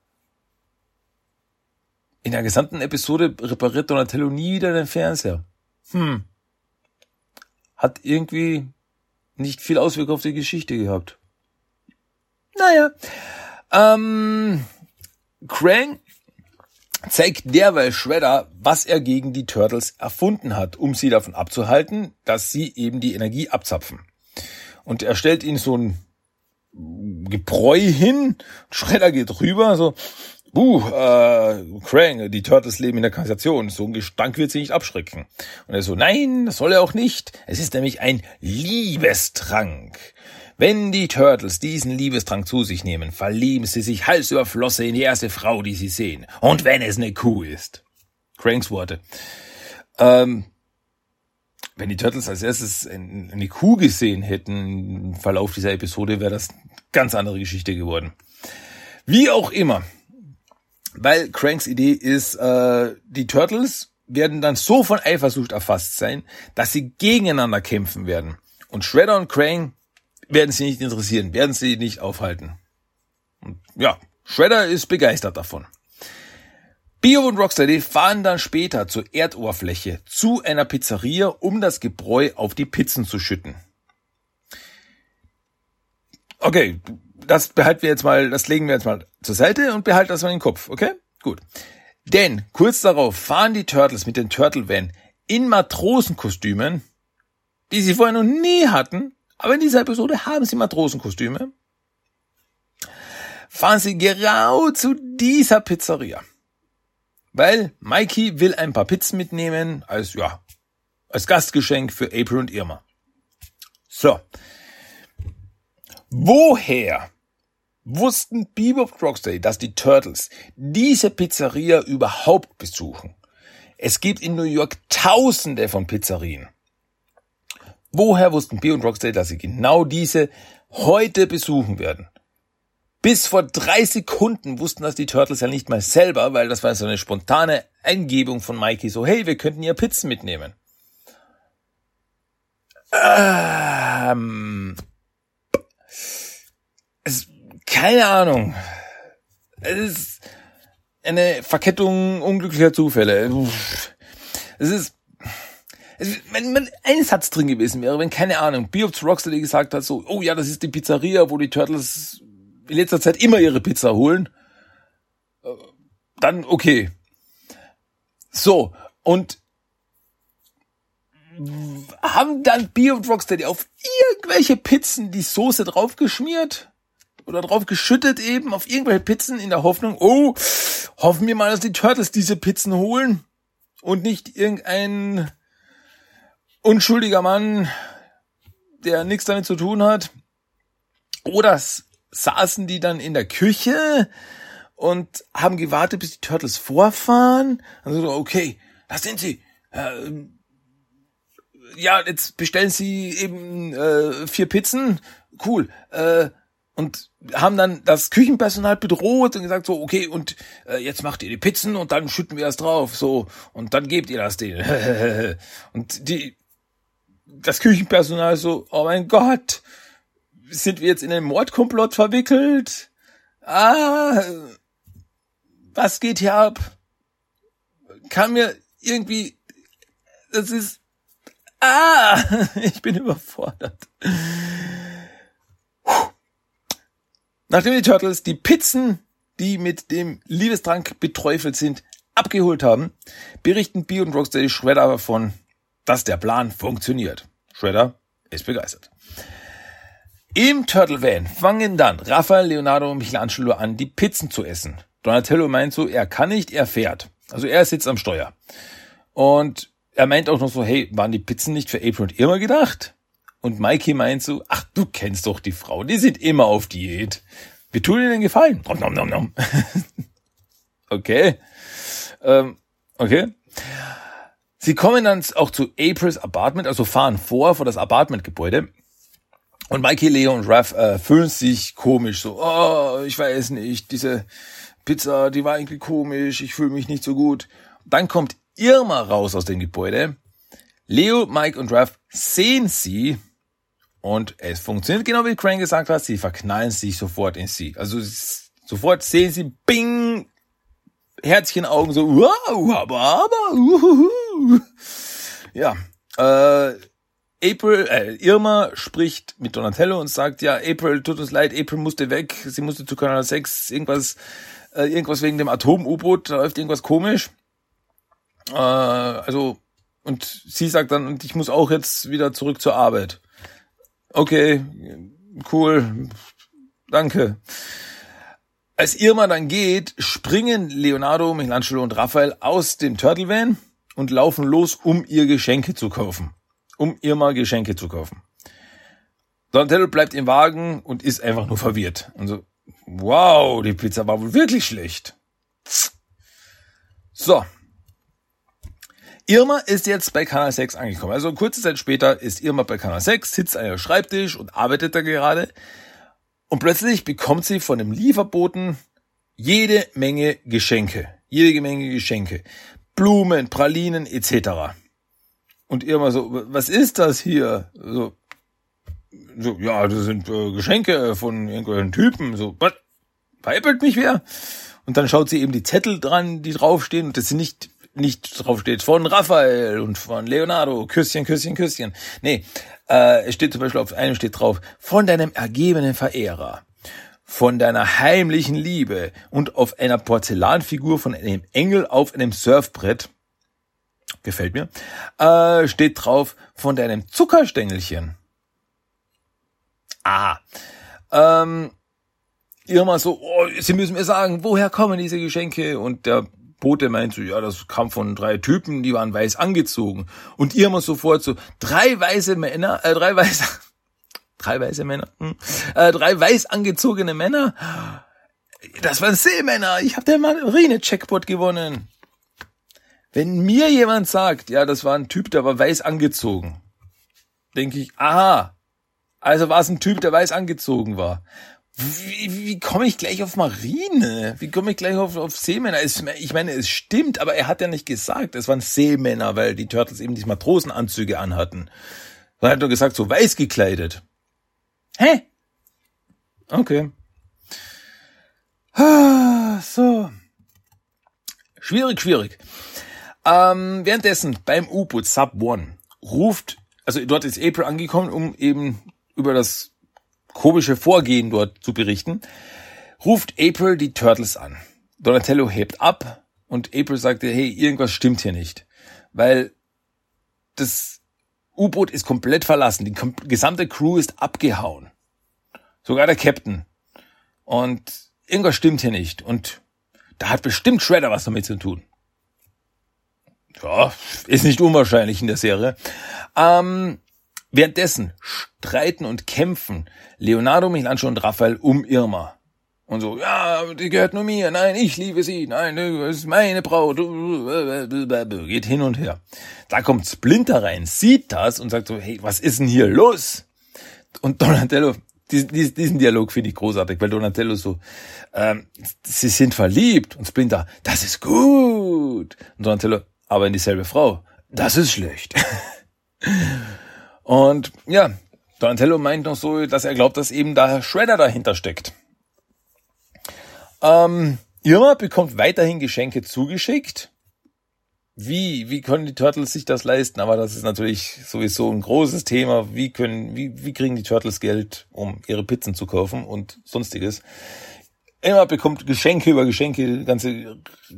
In der gesamten Episode repariert Donatello nie wieder den Fernseher. Hm. Hat irgendwie nicht viel Auswirkung auf die Geschichte gehabt. Naja. Ähm, Krang zeigt derweil Shredder, was er gegen die Turtles erfunden hat, um sie davon abzuhalten, dass sie eben die Energie abzapfen. Und er stellt ihnen so ein Gebräu hin, Shredder geht rüber, so, uh, äh, Krang, die Turtles leben in der Kanalisation, so ein Gestank wird sie nicht abschrecken. Und er so, nein, das soll er auch nicht, es ist nämlich ein Liebestrank. Wenn die Turtles diesen Liebestrank zu sich nehmen, verlieben sie sich Hals über Flosse in die erste Frau, die sie sehen. Und wenn es eine Kuh ist. Cranks Worte. Ähm, wenn die Turtles als erstes eine Kuh gesehen hätten im Verlauf dieser Episode, wäre das eine ganz andere Geschichte geworden. Wie auch immer. Weil Cranks Idee ist, äh, die Turtles werden dann so von Eifersucht erfasst sein, dass sie gegeneinander kämpfen werden. Und Shredder und Krang werden sie nicht interessieren, werden sie nicht aufhalten. Und ja, Shredder ist begeistert davon. Bio und Rocksteady fahren dann später zur Erdoberfläche zu einer Pizzeria, um das Gebräu auf die Pizzen zu schütten. Okay, das behalten wir jetzt mal, das legen wir jetzt mal zur Seite und behalten das mal in den Kopf, okay? Gut. Denn kurz darauf fahren die Turtles mit den Turtle Van in Matrosenkostümen, die sie vorher noch nie hatten, aber in dieser Episode haben sie Matrosenkostüme, fahren sie genau zu dieser Pizzeria. Weil Mikey will ein paar Pizzen mitnehmen als, ja, als Gastgeschenk für April und Irma. So. Woher wussten Bebop und Rocksteady, dass die Turtles diese Pizzeria überhaupt besuchen? Es gibt in New York Tausende von Pizzerien. Woher wussten Bio und Rocksteady, dass sie genau diese heute besuchen werden? Bis vor drei Sekunden wussten das die Turtles ja nicht mal selber, weil das war so eine spontane Eingebung von Mikey, so, hey, wir könnten ja Pizzen mitnehmen. Ähm, es, keine Ahnung. Es ist eine Verkettung unglücklicher Zufälle. Es ist Wenn, wenn ein Satz drin gewesen wäre, wenn, keine Ahnung, Bebop zu Rocksteady gesagt hat, so, oh ja, das ist die Pizzeria, wo die Turtles in letzter Zeit immer ihre Pizza holen, dann okay. So, und haben dann Bebop und Rocksteady auf irgendwelche Pizzen die Soße draufgeschmiert oder draufgeschüttet eben, auf irgendwelche Pizzen in der Hoffnung, oh, hoffen wir mal, dass die Turtles diese Pizzen holen und nicht irgendein unschuldiger Mann, der nichts damit zu tun hat. Oder saßen die dann in der Küche und haben gewartet, bis die Turtles vorfahren. Also okay, da sind sie. Äh, ja, jetzt bestellen sie eben äh, vier Pizzen. Cool. Äh, und haben dann das Küchenpersonal bedroht und gesagt so, okay, und äh, jetzt macht ihr die Pizzen und dann schütten wir das drauf. So, und dann gebt ihr das denen. Und die das Küchenpersonal so, oh mein Gott, sind wir jetzt in einen Mordkomplott verwickelt? Ah, was geht hier ab? Kann mir irgendwie, das ist, ah, ich bin überfordert. Nachdem die Turtles die Pizzen, die mit dem Liebestrank beträufelt sind, abgeholt haben, berichten Bee und Rocksteady Shredder davon, dass der Plan funktioniert. Shredder ist begeistert. Im Turtle Van fangen dann Raphael, Leonardo und Michelangelo an, die Pizzen zu essen. Donatello meint so, er kann nicht, er fährt. Also er sitzt am Steuer. Und er meint auch noch so, hey, waren die Pizzen nicht für April und Irma gedacht? Und Mikey meint so, ach, du kennst doch die Frau, die sind immer auf Diät. Wir tun ihnen den Gefallen. Nom, nom, nom, nom. Okay. Ähm, okay. Sie kommen dann auch zu Aprils Apartment, also fahren vor, vor das Apartmentgebäude. Und Mikey, Leo und Raph äh, fühlen sich komisch, so, oh, ich weiß nicht, diese Pizza, die war irgendwie komisch, ich fühle mich nicht so gut. Dann kommt Irma raus aus dem Gebäude. Leo, Mike und Raph sehen sie und es funktioniert genau wie Crane gesagt hat, sie verknallen sich sofort in sie. Also sofort sehen sie, bing, Herzchenaugen, so, wow, aber, aber, uhuhu. Ja, äh, April, äh, Irma spricht mit Donatello und sagt, ja, April, tut uns leid, April musste weg, sie musste zu Kanal sechs, irgendwas, äh, irgendwas wegen dem Atom-U-Boot, da läuft irgendwas komisch. Äh, also, und sie sagt dann, und ich muss auch jetzt wieder zurück zur Arbeit. Okay, cool, danke. Als Irma dann geht, springen Leonardo, Michelangelo und Raphael aus dem Turtle Van und laufen los, um ihr Geschenke zu kaufen. Um Irma Geschenke zu kaufen. Donatello bleibt im Wagen und ist einfach nur verwirrt. Und so, wow, die Pizza war wohl wirklich schlecht. So. Irma ist jetzt bei Kanal sechs angekommen. Also kurze Zeit später ist Irma bei Kanal sechs, sitzt an ihrem Schreibtisch und arbeitet da gerade. Und plötzlich bekommt sie von dem Lieferboten jede Menge Geschenke. Jede Menge Geschenke. Blumen, Pralinen et cetera. Und Irma so, was ist das hier? So, so ja, das sind äh, Geschenke von irgendwelchen Typen. So, was? Veräppelt mich wer? Und dann schaut sie eben die Zettel dran, die draufstehen. Und das sind nicht, nicht draufsteht von Raphael und von Leonardo. Küsschen, Küsschen, Küsschen. Nee, äh, es steht zum Beispiel auf einem steht drauf, von deinem ergebenen Verehrer, von deiner heimlichen Liebe und auf einer Porzellanfigur von einem Engel auf einem Surfbrett. Gefällt mir. Äh, steht drauf, von deinem Zuckerstängelchen. Ah. Ähm, Irma so, oh, Sie müssen mir sagen, woher kommen diese Geschenke? Und der Bote meint so, ja, das kam von drei Typen, die waren weiß angezogen. Und Irma sofort so, drei weiße Männer, äh, drei weiße, drei weiße Männer, hm, äh, drei weiß angezogene Männer. Das waren Seemänner. Ich habe den Marine-Checkpot gewonnen. Wenn mir jemand sagt, ja, das war ein Typ, der war weiß angezogen, denke ich, aha, also war es ein Typ, der weiß angezogen war. Wie, wie komme ich gleich auf Marine? Wie komme ich gleich auf, auf Seemänner? Es, ich meine, es stimmt, aber er hat ja nicht gesagt, es waren Seemänner, weil die Turtles eben diese Matrosenanzüge anhatten. Er hat nur gesagt, so weiß gekleidet. Hä? Okay. So. Schwierig, schwierig. Ähm, währenddessen beim U-Boot Sub One ruft, also dort ist April angekommen, um eben über das komische Vorgehen dort zu berichten, ruft April die Turtles an. Donatello hebt ab und April sagte, hey, irgendwas stimmt hier nicht, weil das U-Boot ist komplett verlassen, die kom- gesamte Crew ist abgehauen, sogar der Captain, und irgendwas stimmt hier nicht und da hat bestimmt Shredder was damit zu tun. Ja, ist nicht unwahrscheinlich in der Serie. Ähm, währenddessen streiten und kämpfen Leonardo, Michelangelo und Raphael um Irma. Und so, ja, die gehört nur mir, nein, ich liebe sie, nein, das ist meine Braut, geht hin und her. Da kommt Splinter rein, sieht das und sagt so, hey, was ist denn hier los? Und Donatello, diesen, diesen Dialog finde ich großartig, weil Donatello so, ähm, sie sind verliebt, und Splinter, das ist gut. Und Donatello, aber in dieselbe Frau, das ist schlecht. Und ja, Donatello meint noch so, dass er glaubt, dass eben da Shredder dahinter steckt. Ähm, Irma bekommt weiterhin Geschenke zugeschickt. Wie, wie können die Turtles sich das leisten? Aber das ist natürlich sowieso ein großes Thema. Wie können, wie, wie kriegen die Turtles Geld, um ihre Pizzen zu kaufen und sonstiges? immer bekommt Geschenke über Geschenke, ganze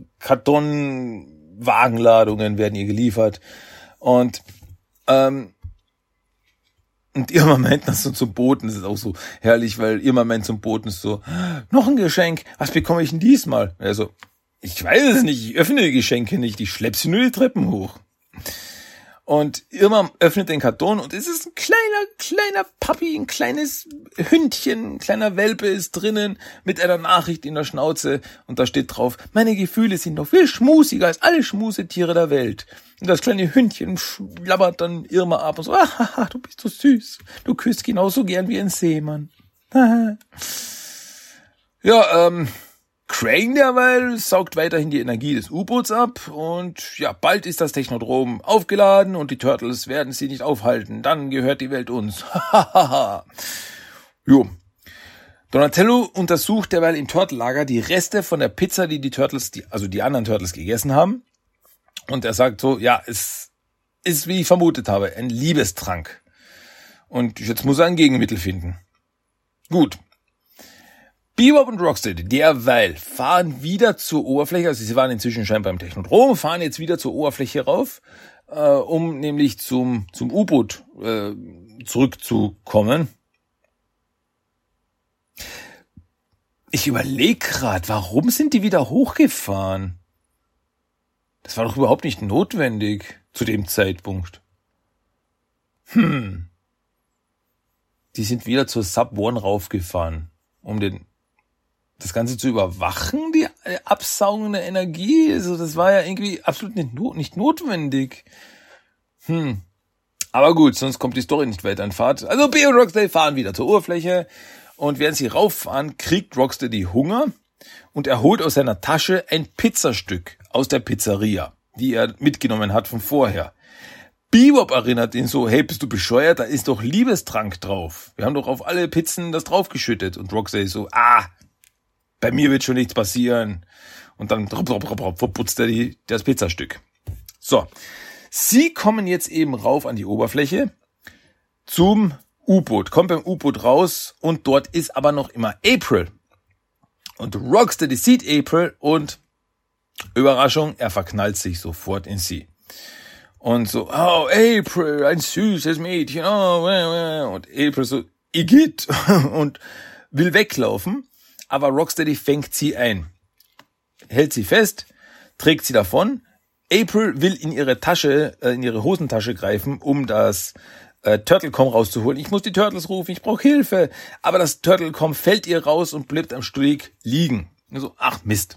Kartonwagenladungen werden ihr geliefert. Und ähm, und Irma meint das so zum Boten, das ist auch so herrlich, weil Irma meint zum Boten ist so, noch ein Geschenk, was bekomme ich denn diesmal? Also, ich weiß es nicht, ich öffne die Geschenke nicht, ich schlepp sie nur die Treppen hoch. Und Irma öffnet den Karton und es ist ein kleiner, kleiner Papi, ein kleines Hündchen, ein kleiner Welpe ist drinnen mit einer Nachricht in der Schnauze und da steht drauf, meine Gefühle sind noch viel schmusiger als alle Schmusetiere der Welt. Und das kleine Hündchen schlabbert dann Irma ab und so, ah, du bist so süß, du küsst genauso gern wie ein Seemann. Ja, ähm, Crane derweil saugt weiterhin die Energie des U-Boots ab und ja, bald ist das Technodrom aufgeladen und die Turtles werden sie nicht aufhalten. Dann gehört die Welt uns. Jo. Donatello untersucht derweil im Turtellager die Reste von der Pizza, die die Turtles, die, also die anderen Turtles gegessen haben. Und er sagt so, ja, es ist, wie ich vermutet habe, ein Liebestrank. Und jetzt muss er ein Gegenmittel finden. Gut. Bebop und Rocksteady derweil fahren wieder zur Oberfläche, also sie waren inzwischen scheinbar im Technodrom, fahren jetzt wieder zur Oberfläche rauf, äh, um nämlich zum zum U-Boot äh, zurückzukommen. Ich überlege gerade, warum sind die wieder hochgefahren? Das war doch überhaupt nicht notwendig zu dem Zeitpunkt. Hm. Die sind wieder zur Sub One raufgefahren, um den das Ganze zu überwachen, die absaugende Energie. Also das war ja irgendwie absolut nicht, not- nicht notwendig. Hm. Aber gut, sonst kommt die Story nicht weiter in Fahrt. Also B und Rocksteady fahren wieder zur Oberfläche und während sie rauffahren, kriegt Rocksteady Hunger und er holt aus seiner Tasche ein Pizzastück aus der Pizzeria, die er mitgenommen hat von vorher. Bebop erinnert ihn so, hey, bist du bescheuert? Da ist doch Liebestrank drauf. Wir haben doch auf alle Pizzen das draufgeschüttet. Und Rocksteady so, ah, bei mir wird schon nichts passieren. Und dann verputzt er die, das Pizzastück. So, sie kommen jetzt eben rauf an die Oberfläche zum U-Boot, kommt beim U-Boot raus und dort ist aber noch immer April. Und Rocksteady sieht April und Überraschung, er verknallt sich sofort in sie. Und so, oh, April, ein süßes Mädchen, oh, und April so, Igitt, und will weglaufen. Aber Rocksteady fängt sie ein, hält sie fest, trägt sie davon. April will in ihre Tasche, äh, in ihre Hosentasche greifen, um das äh, Turtlecom rauszuholen. Ich muss die Turtles rufen, ich brauche Hilfe. Aber das Turtlecom fällt ihr raus und bleibt am Steg liegen. So, ach Mist.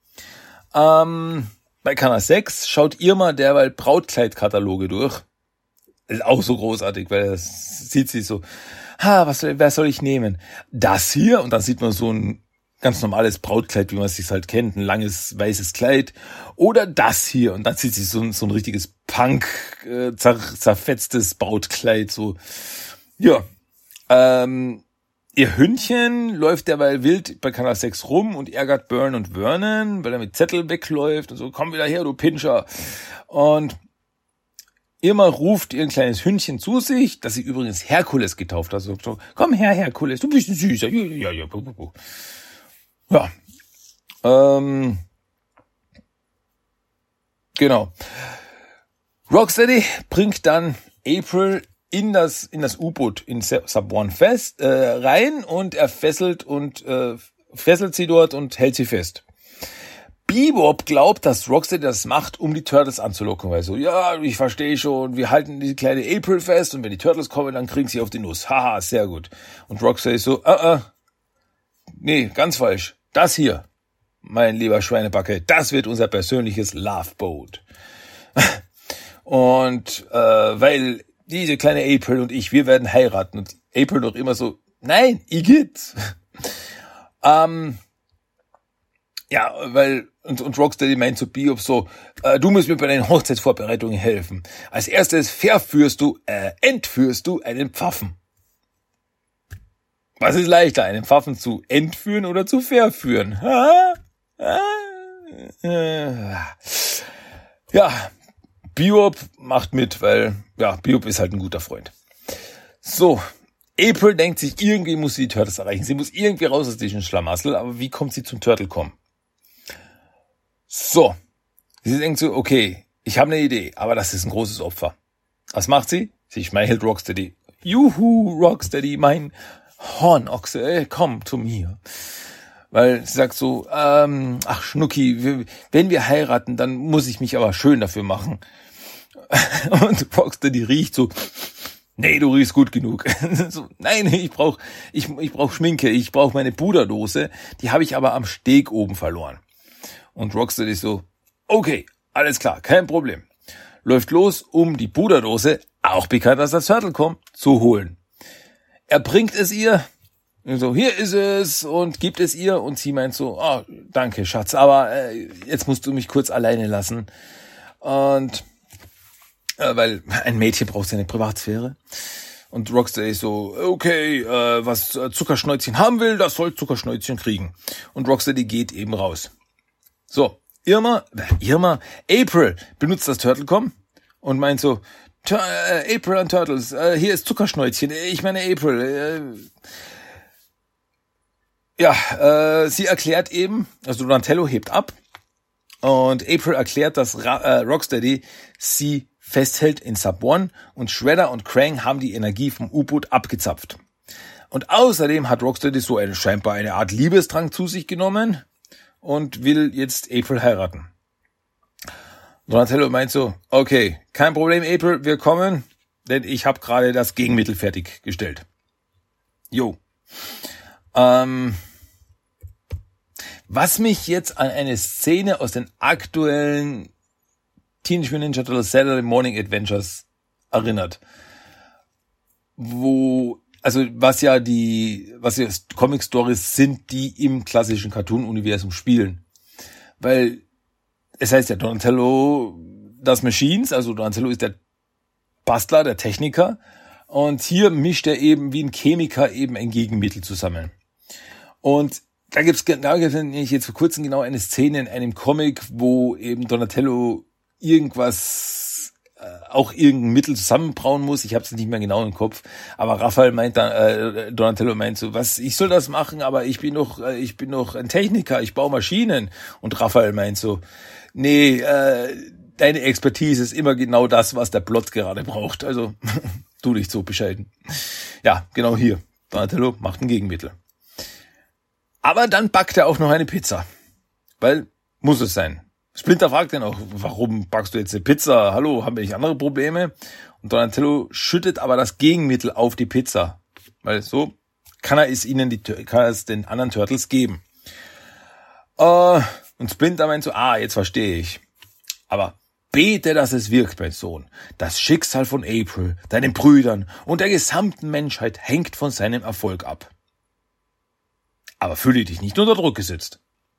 Ähm, bei Kanal sechs schaut Irma derweil Brautkleidkataloge durch. Ist auch so großartig, weil das sieht sie so, ha, was soll, was soll ich nehmen? Das hier, und dann sieht man so ein ganz normales Brautkleid, wie man es sich halt kennt, ein langes weißes Kleid, oder das hier, und dann sieht sie so ein, so ein richtiges Punk, äh, zer, zerfetztes Brautkleid, so, ja, ähm, ihr Hündchen läuft derweil wild bei Kanal sechs rum und ärgert Burn und Vernon, weil er mit Zettel wegläuft und so, komm wieder her, du Pinscher, und Irma ruft ihr ein kleines Hündchen zu sich, das sie übrigens Herkules getauft hat. So, so, komm her, Herkules, du bist ein Süßer. Ja, ja, ja, ja. Ja. Ähm, genau. Rocksteady bringt dann April in das in das U-Boot in Sub One fest äh, rein und er fesselt und äh, fesselt sie dort und hält sie fest. Bebop glaubt, dass Rocksteady das macht, um die Turtles anzulocken, weil so, ja, ich verstehe schon, wir halten die kleine April fest und wenn die Turtles kommen, dann kriegen sie auf die Nuss. Haha, sehr gut. Und Rocksteady so, äh, äh, nee, ganz falsch. Das hier, mein lieber Schweinebacke, das wird unser persönliches Loveboat. Und äh, weil diese kleine April und ich, wir werden heiraten. Und April doch immer so, nein, Igitt. ähm, ja, weil, und, und Rocksteady meint zu Bebop so, äh, du musst mir bei den Hochzeitsvorbereitungen helfen. Als erstes verführst du, äh, entführst du einen Pfaffen. Was ist leichter, einen Pfaffen zu entführen oder zu verführen? Ha? Ha? Ja, Bebop macht mit, weil, ja, Bebop ist halt ein guter Freund. So, April denkt sich, irgendwie muss sie die Turtles erreichen. Sie muss irgendwie raus aus diesem Schlamassel, aber wie kommt sie zum Turtlecom? So, sie denkt so, okay, ich habe eine Idee, aber das ist ein großes Opfer. Was macht sie? Sie schmeichelt Rocksteady. Juhu, Rocksteady, mein Hornochse, ey, komm zu mir. Weil sie sagt so, ähm, ach Schnucki, wir, wenn wir heiraten, dann muss ich mich aber schön dafür machen. Und Rocksteady riecht so, nee, du riechst gut genug. So, nein, ich brauch, ich, ich brauch Schminke, ich brauch meine Puderdose, die habe ich aber am Steg oben verloren. Und Rocksteady so, okay, alles klar, kein Problem. Läuft los, um die Puderdose, auch bekannt als das Turtlecom, zu holen. Er bringt es ihr, so, hier ist es, und gibt es ihr, und sie meint so, oh, danke, Schatz, aber äh, jetzt musst du mich kurz alleine lassen. Und, äh, weil ein Mädchen braucht seine Privatsphäre. Und Rocksteady so, okay, äh, was Zuckerschnäuzchen haben will, das soll Zuckerschnäuzchen kriegen. Und Rocksteady geht eben raus. So, Irma, äh, Irma, April benutzt das Turtlecom und meint so, äh, April and Turtles, äh, hier ist Zuckerschnäuzchen, ich meine April. Äh, ja, äh, sie erklärt eben, also Donatello hebt ab und April erklärt, dass Ra- äh, Rocksteady sie festhält in Sub One und Shredder und Krang haben die Energie vom U-Boot abgezapft. Und außerdem hat Rocksteady so eine, scheinbar eine Art Liebesdrang zu sich genommen und will jetzt April heiraten. Donatello meint so, okay, kein Problem, April, wir kommen, denn ich habe gerade das Gegenmittel fertiggestellt. Jo. Ähm, was mich jetzt an eine Szene aus den aktuellen Teenage Mutant Ninja Turtles Saturday Morning Adventures erinnert, wo, also was ja die, was ja Comic-Stories sind, die im klassischen Cartoon-Universum spielen. Weil es heißt ja Donatello das Machines, also Donatello ist der Bastler, der Techniker, und hier mischt er eben wie ein Chemiker eben ein Gegenmittel zusammen. Und da gibt's, da gibt's jetzt vor kurzem genau eine Szene in einem Comic, wo eben Donatello irgendwas, äh, auch irgendein Mittel zusammenbrauen muss. Ich habe es nicht mehr genau im Kopf. Aber Raphael meint dann, äh, Donatello meint so, was, ich soll das machen, aber ich bin doch, äh, ich bin doch ein Techniker, ich baue Maschinen. Und Raphael meint so, nee, äh, deine Expertise ist immer genau das, was der Plot gerade braucht. Also, tu dich so bescheiden. Ja, genau hier. Donatello macht ein Gegenmittel. Aber dann backt er auch noch eine Pizza. Weil, muss es sein. Splinter fragt ihn auch, warum backst du jetzt eine Pizza? Hallo, haben wir nicht andere Probleme? Und Donatello schüttet aber das Gegenmittel auf die Pizza. Weil so kann er es ihnen, die, kann er es den anderen Turtles geben. Uh, und Splinter meint so, ah, jetzt verstehe ich. Aber bete, dass es wirkt, mein Sohn. Das Schicksal von April, deinen Brüdern und der gesamten Menschheit hängt von seinem Erfolg ab. Aber fühle dich nicht unter Druck gesetzt.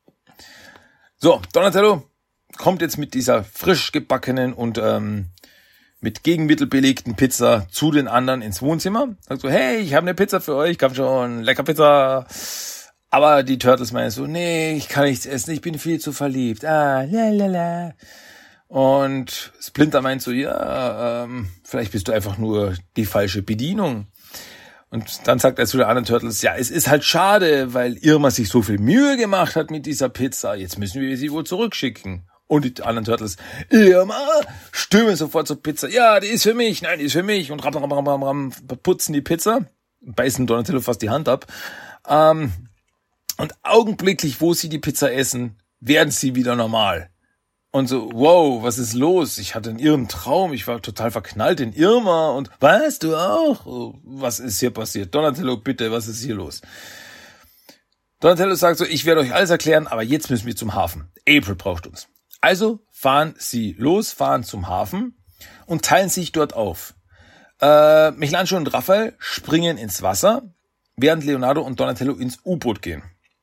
So, Donatello kommt jetzt mit dieser frisch gebackenen und ähm, mit Gegenmittel belegten Pizza zu den anderen ins Wohnzimmer. Sagt so, hey, ich habe eine Pizza für euch, komm schon, lecker Pizza. Aber die Turtles meinen so, nee, ich kann nichts essen, ich bin viel zu verliebt. Ah, lalala. Und Splinter meint so, ja, ähm, vielleicht bist du einfach nur die falsche Bedienung. Und dann sagt er zu den anderen Turtles, ja, es ist halt schade, weil Irma sich so viel Mühe gemacht hat mit dieser Pizza. Jetzt müssen wir sie wohl zurückschicken. Und die anderen Turtles, Irma, stürmen sofort zur Pizza. Ja, die ist für mich, nein, die ist für mich. Und ram, ram, ram, ram, ram, putzen die Pizza, beißen Donatello fast die Hand ab. Ähm, und augenblicklich, wo sie die Pizza essen, werden sie wieder normal. Und so, wow, was ist los? Ich hatte einen irren Traum, ich war total verknallt in Irma und weißt du auch? Oh, was ist hier passiert? Donatello, bitte, was ist hier los? Donatello sagt so, ich werde euch alles erklären, aber jetzt müssen wir zum Hafen. April braucht uns. Also fahren sie los, fahren zum Hafen und teilen sich dort auf. Äh, Michelangelo und Raphael springen ins Wasser, während Leonardo und Donatello ins U-Boot gehen.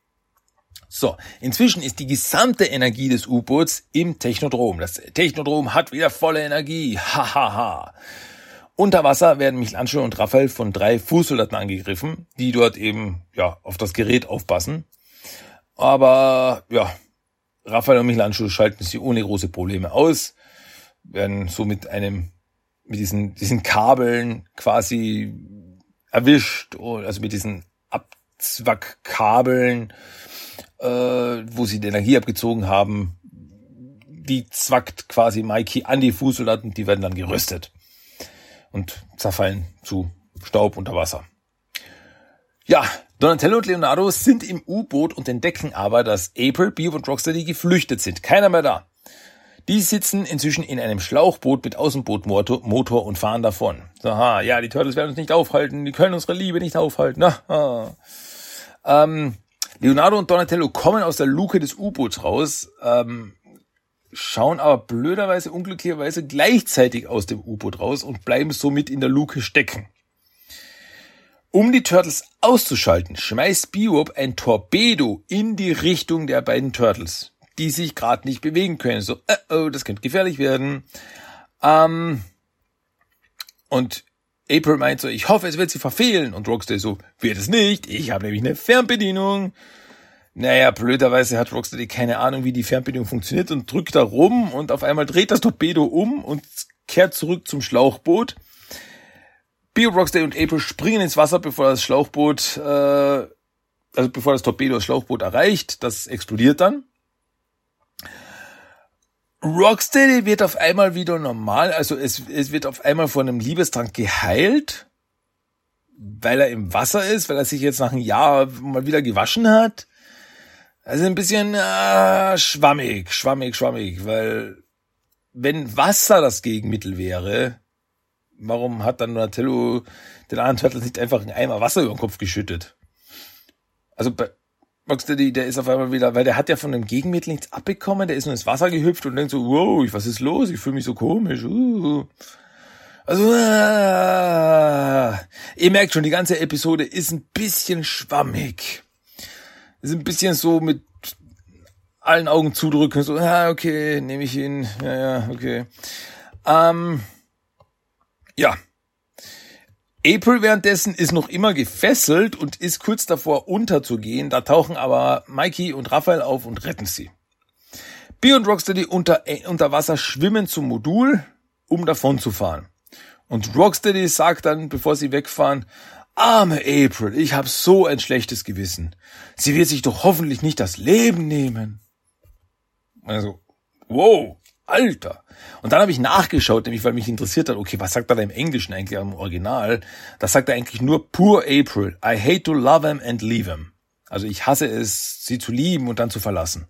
So, inzwischen ist die gesamte Energie des U-Boots im Technodrom. Das Technodrom hat wieder volle Energie. Hahaha. Ha, ha. Unter Wasser werden Michelangelo und Raphael von drei Fußsoldaten angegriffen, die dort eben ja auf das Gerät aufpassen. Aber ja, Raphael und Michelangelo schalten sie ohne große Probleme aus, werden so mit einem mit diesen diesen Kabeln quasi erwischt, also mit diesen Abzwackkabeln, äh, wo sie die Energie abgezogen haben. Die zwackt quasi Mikey an die Fußsoldaten, die werden dann geröstet und zerfallen zu Staub unter Wasser. Ja, Donatello und Leonardo sind im U-Boot und entdecken aber, dass April, Bebop und Rocksteady geflüchtet sind. Keiner mehr da. Die sitzen inzwischen in einem Schlauchboot mit Außenbootmotor und fahren davon. Aha, ja, die Turtles werden uns nicht aufhalten, die können unsere Liebe nicht aufhalten. Aha. Ähm, Leonardo und Donatello kommen aus der Luke des U-Boots raus, ähm, schauen aber blöderweise, unglücklicherweise gleichzeitig aus dem U-Boot raus und bleiben somit in der Luke stecken. Um die Turtles auszuschalten, schmeißt Bebop ein Torpedo in die Richtung der beiden Turtles, die sich gerade nicht bewegen können. So, uh oh, das könnte gefährlich werden. Ähm, und April meint so, ich hoffe, es wird sie verfehlen. Und Rocksteady so, wird es nicht, ich habe nämlich eine Fernbedienung. Naja, blöderweise hat Rocksteady keine Ahnung, wie die Fernbedienung funktioniert und drückt da rum und auf einmal dreht das Torpedo um und kehrt zurück zum Schlauchboot. Bebop, Rocksteady und April springen ins Wasser, bevor das Schlauchboot, äh, also bevor das Torpedo das Schlauchboot erreicht. Das explodiert dann. Rocksteady wird auf einmal wieder normal, also es, es wird auf einmal von einem Liebestrank geheilt, weil er im Wasser ist, weil er sich jetzt nach einem Jahr mal wieder gewaschen hat. Also ein bisschen äh, schwammig, schwammig, schwammig, weil wenn Wasser das Gegenmittel wäre, warum hat dann Donatello den anderen Turtles nicht einfach einen Eimer Wasser über den Kopf geschüttet? Also bei Rocksteady, der ist auf einmal wieder, weil der hat ja von dem Gegenmittel nichts abbekommen, der ist nur ins Wasser gehüpft und denkt so, wow, was ist los? Ich fühle mich so komisch. Uh. Also, äh, ihr merkt schon, die ganze Episode ist ein bisschen schwammig. Ist ein bisschen so mit allen Augen zudrücken, so, ja, okay, nehme ich ihn, ja, ja, okay. Ähm, ja. April währenddessen ist noch immer gefesselt und ist kurz davor unterzugehen. Da tauchen aber Mikey und Raphael auf und retten sie. Bee und Rocksteady unter, äh, unter Wasser schwimmen zum Modul, um davon zu fahren. Und Rocksteady sagt dann, bevor sie wegfahren, arme April, ich habe so ein schlechtes Gewissen. Sie wird sich doch hoffentlich nicht das Leben nehmen. Also, wow. Alter. Und dann habe ich nachgeschaut, nämlich weil mich interessiert hat, okay, was sagt er da im Englischen eigentlich am Original? Das sagt er eigentlich nur, poor April, I hate to love him and leave him. Also ich hasse es, sie zu lieben und dann zu verlassen.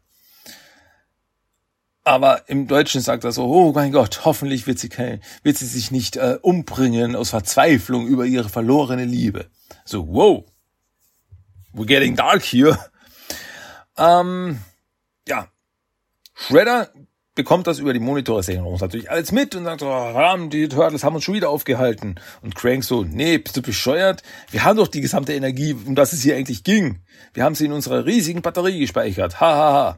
Aber im Deutschen sagt er so, oh mein Gott, hoffentlich wird sie kein, wird sie sich nicht äh, umbringen aus Verzweiflung über ihre verlorene Liebe. So, wow. We're getting dark here. Ähm, ja. Shredder bekommt das über die Monitore natürlich alles mit und sagt so, oh, die Turtles haben uns schon wieder aufgehalten. Und Krang so, nee, bist du bescheuert? Wir haben doch die gesamte Energie, um das es hier eigentlich ging. Wir haben sie in unserer riesigen Batterie gespeichert. Ha, ha, ha.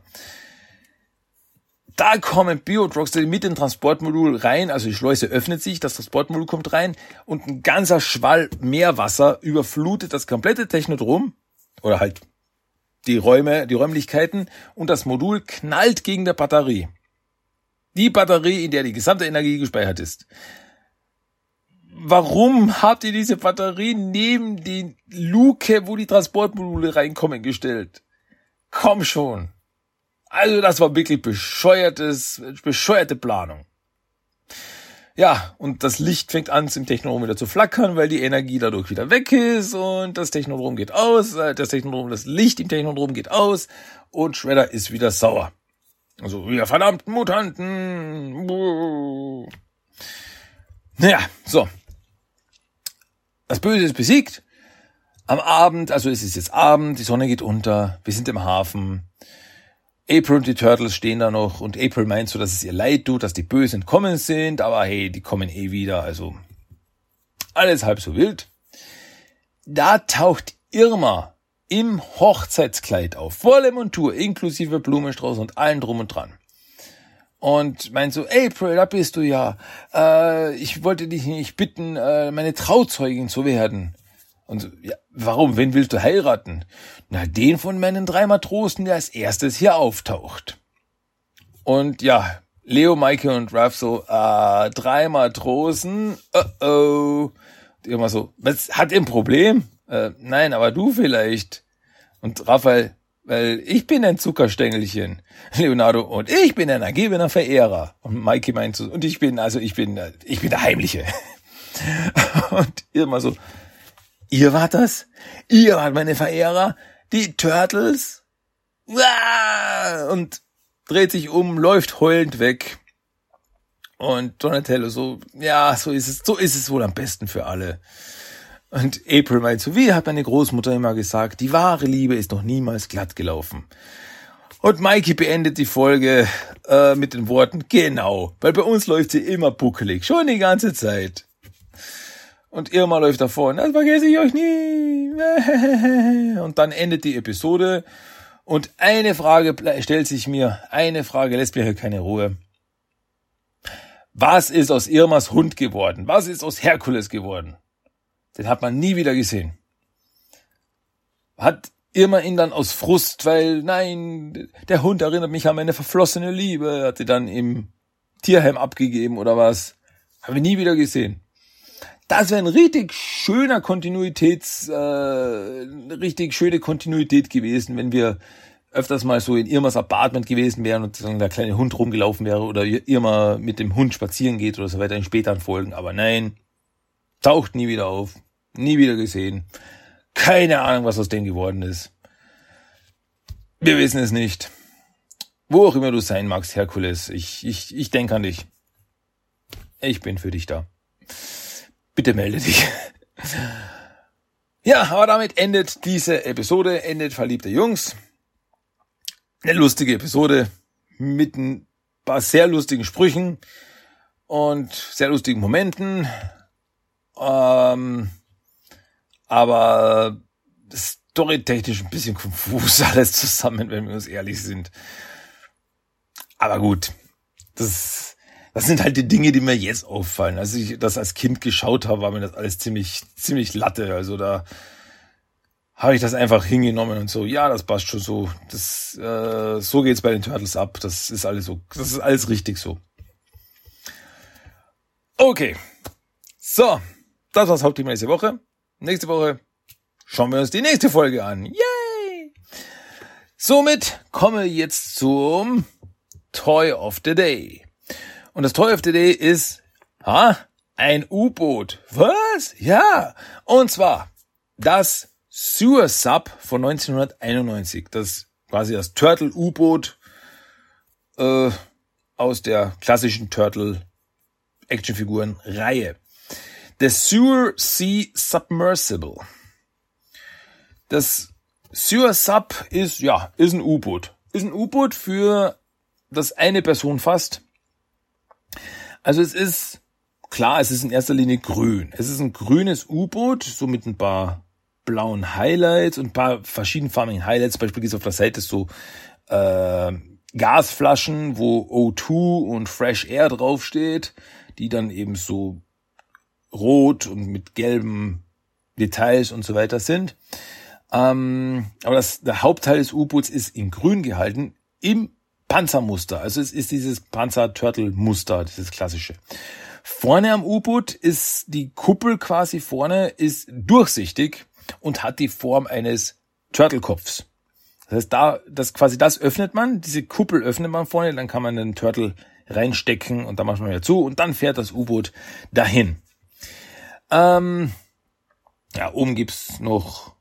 Da kommen Bebop und Rocksteady mit dem Transportmodul rein, also die Schleuse öffnet sich, das Transportmodul kommt rein und ein ganzer Schwall Meerwasser überflutet das komplette Technodrom, oder halt die Räume, die Räumlichkeiten, und das Modul knallt gegen der Batterie. Die Batterie, in der die gesamte Energie gespeichert ist. Warum habt ihr diese Batterie neben die Luke, wo die Transportmodule reinkommen, gestellt? Komm schon. Also das war wirklich bescheuertes, bescheuerte Planung. Ja, und das Licht fängt an, im Technodrom wieder zu flackern, weil die Energie dadurch wieder weg ist und das Technodrom geht aus, das Technodrom, das Licht im Technodrom geht aus und Shredder ist wieder sauer. Also, wir verdammten Mutanten. Naja, so. Das Böse ist besiegt. Am Abend, also es ist jetzt Abend, die Sonne geht unter, wir sind im Hafen. April und die Turtles stehen da noch und April meint so, dass es ihr leid tut, dass die Bösen entkommen sind, aber hey, die kommen eh wieder, also alles halb so wild. Da taucht Irma im Hochzeitskleid auf, volle Montur, inklusive Blumenstrauß und allen drum und dran. Und meint so, April, da bist du ja. Äh, ich wollte dich nicht bitten, äh, meine Trauzeugin zu werden. Und so, ja, warum? Wen willst du heiraten? Na, den von meinen drei Matrosen, der als erstes hier auftaucht. Und ja, Leo, Maike und Raph so, äh, drei Matrosen, uh oh. immer so, was, hat ihr ein Problem? Äh, nein, aber du vielleicht. Und Raphael, weil ich bin ein Zuckerstängelchen. Leonardo, und ich bin ein ergebener Verehrer. Und Mikey meint so, und ich bin, also ich bin, ich bin der Heimliche. Und immer so, ihr wart das? Ihr wart meine Verehrer? Die Turtles? Und dreht sich um, läuft heulend weg. Und Donatello so, ja, so ist es, so ist es wohl am besten für alle. Und April meint so, wie hat meine Großmutter immer gesagt, die wahre Liebe ist noch niemals glatt gelaufen. Und Mikey beendet die Folge äh, mit den Worten, genau, weil bei uns läuft sie immer buckelig, schon die ganze Zeit. Und Irma läuft davor, das vergesse ich euch nie. Und dann endet die Episode. Und eine Frage stellt sich mir, eine Frage lässt mir hier keine Ruhe. Was ist aus Irmas Hund geworden? Was ist aus Herkules geworden? Den hat man nie wieder gesehen. Hat Irma ihn dann aus Frust, weil, nein, der Hund erinnert mich an meine verflossene Liebe, hat sie dann im Tierheim abgegeben oder was? Haben wir nie wieder gesehen. Das wäre ein richtig schöner Kontinuitäts, äh, richtig schöne Kontinuität gewesen, wenn wir öfters mal so in Irmas Apartment gewesen wären und dann der kleine Hund rumgelaufen wäre oder Irma mit dem Hund spazieren geht oder so weiter in späteren Folgen. Aber nein, taucht nie wieder auf, nie wieder gesehen. Keine Ahnung, was aus dem geworden ist. Wir wissen es nicht. Wo auch immer du sein magst, Herkules, ich, ich, ich denke an dich. Ich bin für dich da. Bitte melde dich. Ja, aber damit endet diese Episode, endet Verliebte Jungs. Eine lustige Episode mit ein paar sehr lustigen Sprüchen und sehr lustigen Momenten. Ähm, aber storytechnisch ein bisschen konfus alles zusammen, wenn wir uns ehrlich sind. Aber gut, das, das sind halt die Dinge, die mir jetzt auffallen. Als ich das als Kind geschaut habe, war mir das alles ziemlich, ziemlich Latte. Also da habe ich das einfach hingenommen und so, ja, das passt schon so. Das, äh, so geht's bei den Turtles ab. Das ist alles so, das ist alles richtig so. Okay. So. Das war's Hauptthema nächste Woche. Nächste Woche schauen wir uns die nächste Folge an. Yay! Somit kommen wir jetzt zum Toy of the Day. Und das Toy of the Day ist, ha, ein U-Boot. Was? Ja. Und zwar das Sewer Sub von neunzehnhunderteinundneunzig. Das quasi das Turtle U-Boot äh, aus der klassischen Turtle Actionfiguren-Reihe. Der Sewer Sea Submersible. Das Sewer Sub ist, ja, ist ein U-Boot. Ist ein U-Boot für das eine Person fasst. Also es ist, klar, es ist in erster Linie grün. Es ist ein grünes U-Boot, so mit ein paar blauen Highlights und ein paar verschiedenfarbigen Highlights. Zum Beispiel gibt es auf der Seite so äh, Gasflaschen, wo O zwei und Fresh Air draufsteht, die dann eben so rot und mit gelben Details und so weiter sind. Ähm, aber das, der Hauptteil des U-Boots ist in grün gehalten, im Panzermuster. Also es ist dieses Panzer-Turtle-Muster, dieses klassische. Vorne am U-Boot ist die Kuppel quasi vorne, ist durchsichtig und hat die Form eines Turtle-Kopfs. Das heißt, da, das quasi das öffnet man, diese Kuppel öffnet man vorne, dann kann man den Turtle reinstecken und dann macht man wieder zu und dann fährt das U-Boot dahin. Ähm, ja, oben gibt's noch,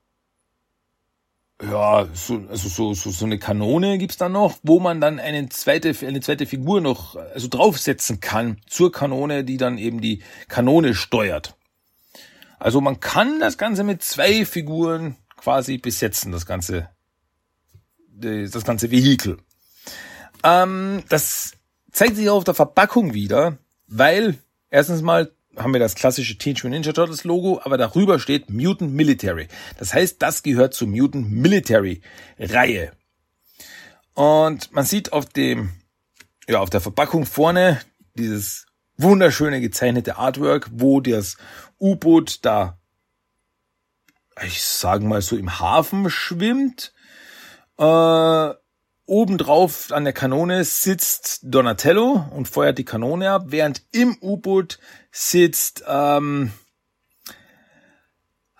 ja, so, also so, so, so eine Kanone gibt's da noch, wo man dann eine zweite, eine zweite Figur noch, also draufsetzen kann zur Kanone, die dann eben die Kanone steuert. Also man kann das Ganze mit zwei Figuren quasi besetzen, das ganze, das ganze Vehikel. Ähm, das zeigt sich auch auf der Verpackung wieder, weil erstens mal haben wir das klassische Teenage Mutant Ninja Turtles Logo, aber darüber steht Mutant Military. Das heißt, das gehört zur Mutant Military Reihe. Und man sieht auf dem, ja, auf der Verpackung vorne dieses wunderschöne gezeichnete Artwork, wo das U-Boot da, ich sage mal so im Hafen schwimmt. Äh, Obendrauf an der Kanone sitzt Donatello und feuert die Kanone ab, während im U-Boot sitzt ähm,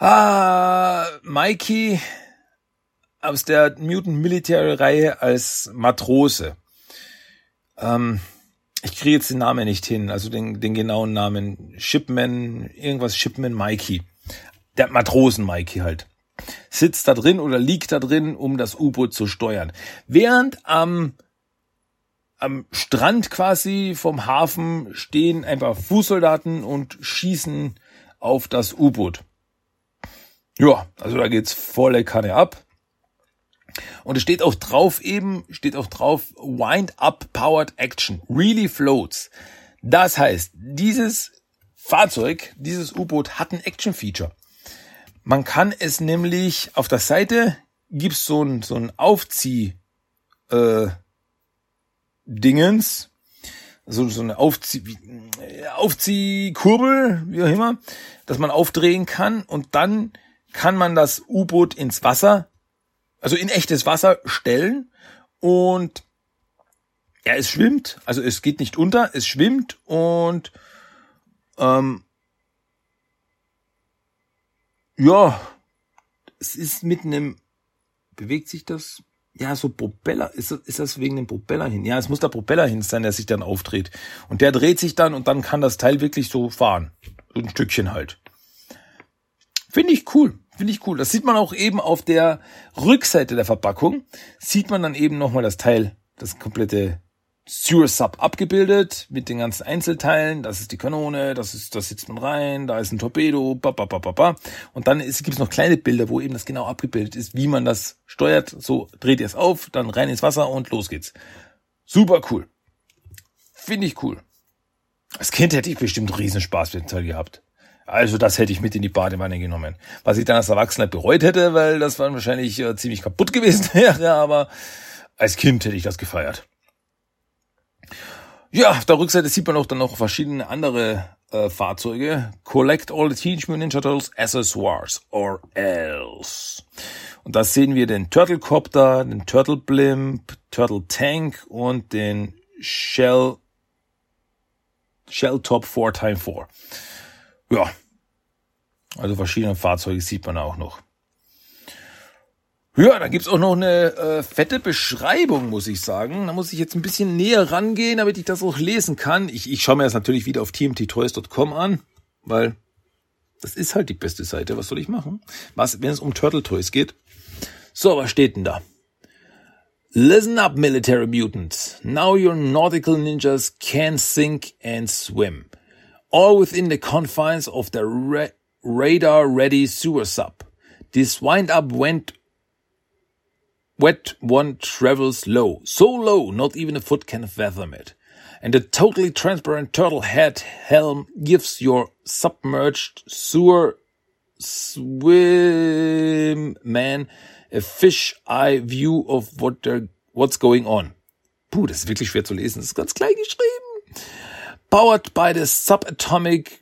Ah, Mikey aus der Mutant Military Reihe als Matrose. Ähm, ich kriege jetzt den Namen nicht hin, also den, den genauen Namen. Shipman, irgendwas Shipman Mikey. Der Matrosen Mikey halt. Sitzt da drin oder liegt da drin, um das U-Boot zu steuern. Während am, am Strand quasi vom Hafen stehen ein paar Fußsoldaten und schießen auf das U-Boot. Ja, also da geht's volle Kanne ab. Und es steht auch drauf eben, steht auch drauf, Wind-Up Powered Action, really floats. Das heißt, dieses Fahrzeug, dieses U-Boot hat ein Action-Feature. Man kann es nämlich, auf der Seite gibt's so ein, so ein Aufzieh, äh, Dingens, so, so eine Aufzieh, Aufziehkurbel, wie auch immer, dass man aufdrehen kann und dann kann man das U-Boot ins Wasser, also in echtes Wasser stellen und ja, es schwimmt, also es geht nicht unter, es schwimmt und ähm, ja, es ist mit einem, bewegt sich das, ja, so Propeller, ist das, ist das wegen dem Propeller hin? Ja, es muss der Propeller hin sein, der sich dann aufdreht und der dreht sich dann und dann kann das Teil wirklich so fahren, so ein Stückchen halt. Finde ich cool. Finde ich cool. Das sieht man auch eben auf der Rückseite der Verpackung. Sieht man dann eben nochmal das Teil, das komplette Sewer Sub abgebildet mit den ganzen Einzelteilen. Das ist die Kanone, das ist, das sitzt man rein, da ist ein Torpedo, ba, ba, ba, ba, ba. Und dann gibt es noch kleine Bilder, wo eben das genau abgebildet ist, wie man das steuert. So dreht ihr es auf, dann rein ins Wasser und los geht's. Super cool. Finde ich cool. Als Kind hätte ich bestimmt Riesenspaß mit dem Teil gehabt. Also das hätte ich mit in die Badewanne genommen. Was ich dann als Erwachsener bereut hätte, weil das dann wahrscheinlich äh, ziemlich kaputt gewesen wäre, aber als Kind hätte ich das gefeiert. Ja, auf der Rückseite sieht man auch dann noch verschiedene andere äh, Fahrzeuge. Collect all the Teenage Mutant Ninja Turtles accessoires or else. Und da sehen wir den Turtle Copter, den Turtle Blimp, Turtle Tank und den Shell Shell Top four by four. Ja, also verschiedene Fahrzeuge sieht man auch noch. Ja, da gibt's auch noch eine äh, fette Beschreibung, muss ich sagen. Da muss ich jetzt ein bisschen näher rangehen, damit ich das auch lesen kann. Ich, ich schaue mir das natürlich wieder auf t m t toys dot com an, weil das ist halt die beste Seite. Was soll ich machen? Was, wenn es um Turtle Toys geht? So, was steht denn da? Listen up, military mutants. Now your nautical ninjas can sink and swim. All within the confines of the ra- radar-ready sewer sub. This wind-up went wet one travels low, so low not even a foot can fathom it. And the totally transparent turtle head helm gives your submerged sewer swim man a fish-eye view of what what's going on. Puh, das ist wirklich schwer zu lesen. Das ist ganz klein geschrieben. Powered by the subatomic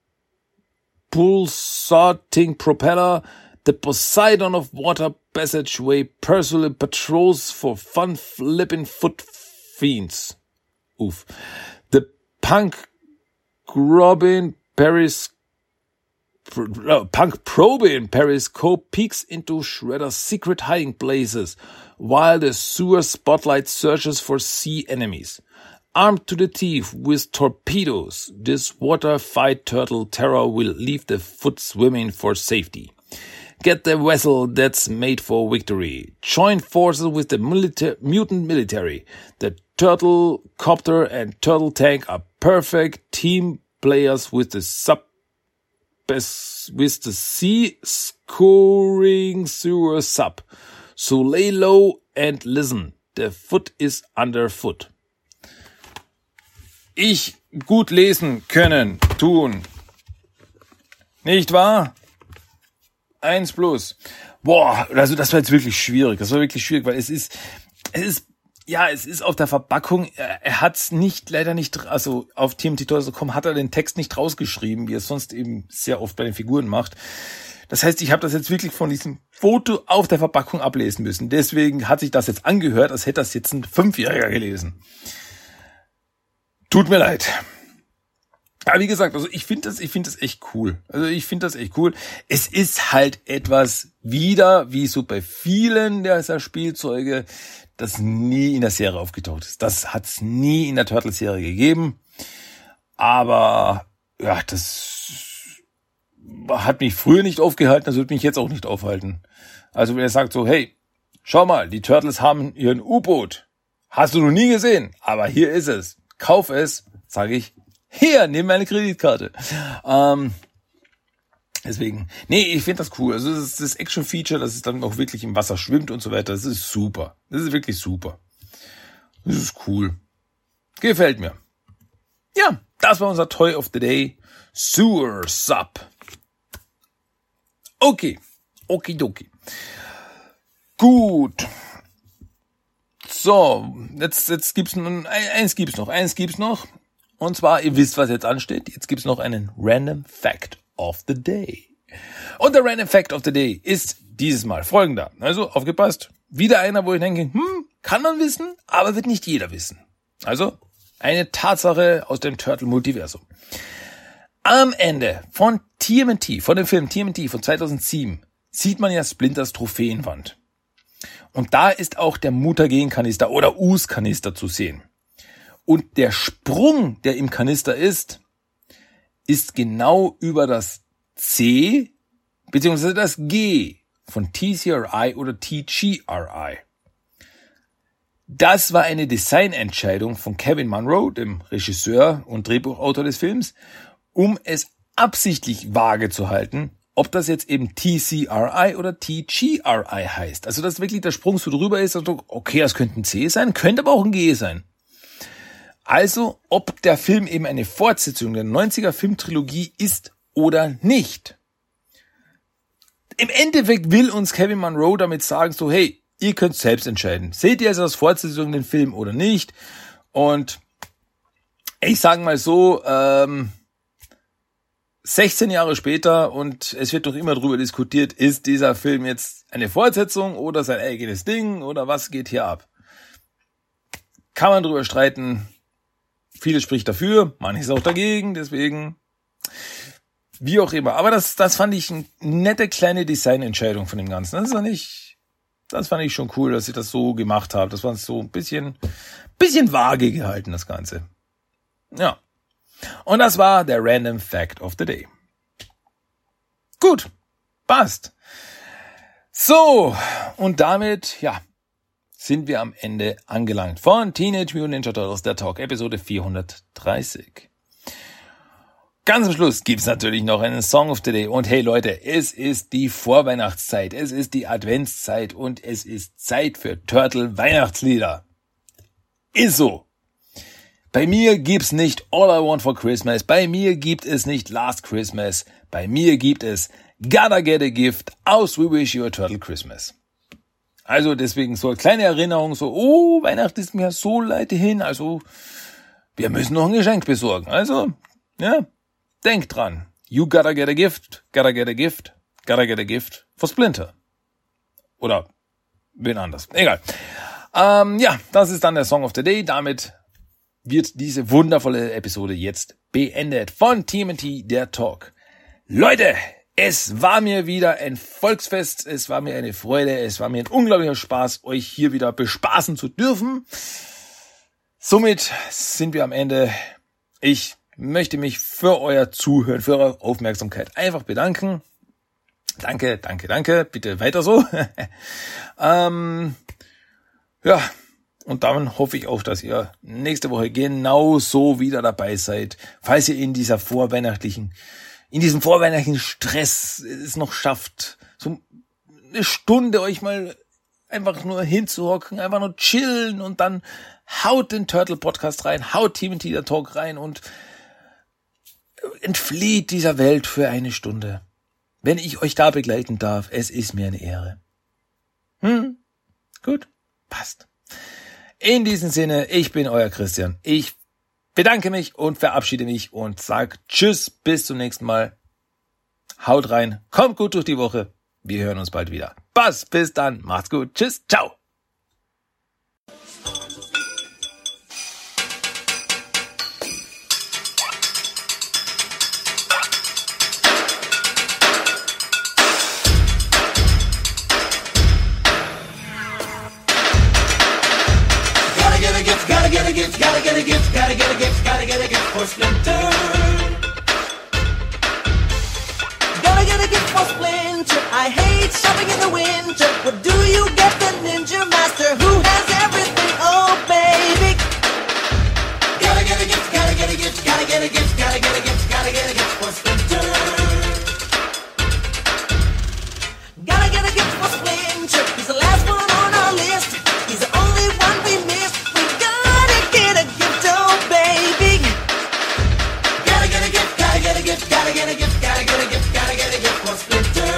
pulsating propeller, the Poseidon of water passageway personally patrols for fun flipping foot fiends. Oof. The punk Robin Paris uh, punk probing periscope peeks into Shredder's secret hiding places, while the sewer spotlight searches for sea enemies. Armed to the teeth with torpedoes, this water-fight turtle terror will leave the foot swimming for safety. Get the vessel that's made for victory. Join forces with the milita- mutant military. The turtle copter and turtle tank are perfect team players with the sub with the sea scoring sewer sub. So lay low and listen. The foot is underfoot. Ich gut lesen können, tun. Nicht wahr? Eins plus. Boah, also das war jetzt wirklich schwierig. Das war wirklich schwierig, weil es ist, es ist, ja, es ist auf der Verpackung, er, er hat's nicht, leider nicht, also auf t m t toys dot com hat er den Text nicht rausgeschrieben, wie er es sonst eben sehr oft bei den Figuren macht. Das heißt, ich habe das jetzt wirklich von diesem Foto auf der Verpackung ablesen müssen. Deswegen hat sich das jetzt angehört, als hätte das jetzt ein Fünfjähriger gelesen. Tut mir leid. Aber wie gesagt, also ich finde das, ich finde das echt cool. Also ich finde das echt cool. Es ist halt etwas wieder, wie so bei vielen dieser Spielzeuge, das nie in der Serie aufgetaucht ist. Das hat's nie in der Turtles-Serie gegeben. Aber ja, das hat mich früher nicht aufgehalten, das wird mich jetzt auch nicht aufhalten. Also wenn er sagt so, hey, schau mal, die Turtles haben ihren U-Boot. Hast du noch nie gesehen, aber hier ist es. Kauf es, sage ich, hier, nimm meine Kreditkarte. Ähm, deswegen, nee, ich finde das cool. Also das ist das Action-Feature, dass es dann auch wirklich im Wasser schwimmt und so weiter. Das ist super. Das ist wirklich super. Das ist cool. Gefällt mir. Ja, das war unser Toy of the Day. Sewer Sub. Okay. Okidoki. Gut. So, jetzt, jetzt gibt's noch, eins gibt's noch, eins gibt's noch. Und zwar, ihr wisst, was jetzt ansteht. Jetzt gibt's noch einen Random Fact of the Day. Und der Random Fact of the Day ist dieses Mal folgender. Also, aufgepasst. Wieder einer, wo ich denke, hm, kann man wissen, aber wird nicht jeder wissen. Also, eine Tatsache aus dem Turtle-Multiversum. Am Ende von T M N T, von dem Film T M N T von zweitausendsieben, sieht man ja Splinters Trophäenwand. Und da ist auch der Mutagen-Kanister oder Us-Kanister zu sehen. Und der Sprung, der im Kanister ist, ist genau über das C bzw. das G von T C R I oder T G R I. Das war eine Designentscheidung von Kevin Munro, dem Regisseur und Drehbuchautor des Films, um es absichtlich vage zu halten, ob das jetzt eben T C R I oder T G R I heißt. Also dass wirklich der Sprung so drüber ist, also okay, das könnte ein C sein, könnte aber auch ein G sein. Also, ob der Film eben eine Fortsetzung der neunziger Filmtrilogie ist oder nicht. Im Endeffekt will uns Kevin Munro damit sagen, so hey, ihr könnt selbst entscheiden. Seht ihr es als Fortsetzung den Film oder nicht? Und ich sage mal so, ähm, sechzehn Jahre später und es wird doch immer drüber diskutiert, ist dieser Film jetzt eine Fortsetzung oder sein eigenes Ding oder was geht hier ab? Kann man drüber streiten. Vieles spricht dafür, manches auch dagegen, deswegen wie auch immer. Aber das, das fand ich eine nette kleine Designentscheidung von dem Ganzen. Das fand ich, das fand ich schon cool, dass ich das so gemacht habe. Das war so ein bisschen, bisschen vage gehalten, das Ganze. Ja. Und das war der Random Fact of the Day. Gut, passt. So, und damit, ja, sind wir am Ende angelangt von Teenage Mutant Ninja Turtles, der Talk, Episode vierhundertdreißig. Ganz am Schluss gibt's natürlich noch einen Song of the Day. Und hey Leute, es ist die Vorweihnachtszeit, es ist die Adventszeit und es ist Zeit für Turtle-Weihnachtslieder. Ist so. Bei mir gibt's nicht All I Want for Christmas, bei mir gibt es nicht Last Christmas, bei mir gibt es Gotta Get a Gift aus We Wish You a Turtle Christmas. Also deswegen so eine kleine Erinnerung, so, oh, Weihnachten ist mir so leid hin, also wir müssen noch ein Geschenk besorgen. Also, ja, denkt dran. You gotta get a gift, gotta get a gift, gotta get a gift for Splinter. Oder wen anders. Egal. Ähm, ja, das ist dann der Song of the Day. Damit wird diese wundervolle Episode jetzt beendet von T M N T, der Talk. Leute, es war mir wieder ein Volksfest, es war mir eine Freude, es war mir ein unglaublicher Spaß, euch hier wieder bespaßen zu dürfen. Somit sind wir am Ende. Ich möchte mich für euer Zuhören, für eure Aufmerksamkeit einfach bedanken. Danke, danke, danke, bitte weiter so. ähm, ja, und dann hoffe ich auch, dass ihr nächste Woche genauso wieder dabei seid, falls ihr in dieser vorweihnachtlichen in diesem vorweihnachtlichen Stress es noch schafft, so eine Stunde euch mal einfach nur hinzuhocken, einfach nur chillen und dann haut den Turtle Podcast rein, haut T M N T der Talk rein und entflieht dieser Welt für eine Stunde. Wenn ich euch da begleiten darf, es ist mir eine Ehre. Hm? Gut? Passt. In diesem Sinne, ich bin euer Christian. Ich bedanke mich und verabschiede mich und sag Tschüss, bis zum nächsten Mal. Haut rein, kommt gut durch die Woche. Wir hören uns bald wieder. Passt, bis dann, macht's gut. Tschüss, ciao. gift, gotta get a gift, gotta get a gift, gotta get a gift for Splinter. Gotta get a gift for Splinter. I hate shopping in the winter. What do you get the Ninja Master who has everything? Oh baby. Gotta get a gift, gotta get a gift, gotta get a gift, gotta get a gift, gotta get a gift for Splinter. Gotta get a gift for Splinter. He's the last one on our list. He's the only one we missed. We gotta get a gift, oh baby. Gotta get a gift, gotta get a gift, gotta get a gift, gotta get a gift, gotta get a gift for Splinter.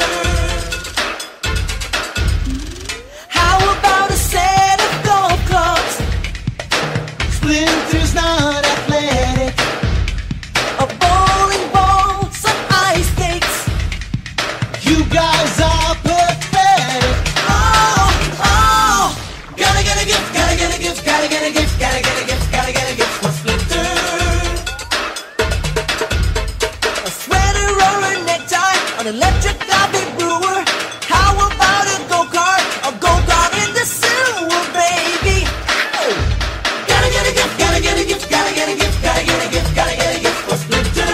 How about a set of golf clubs? Splinter's not athletic. A bowling ball, some ice skates. You guys are pathetic. Oh, oh. Gotta get a gift, gotta get a gift, gotta get a gift, gotta get a gift, gotta get a gift for Splinter. A sweater or a necktie, an electric coffee brewer. How about a go-kart, a go-kart in the sewer, baby? Oh. Gotta get a gift, gotta get a gift, gotta get a gift, gotta get a gift, gotta get a gift for Splinter.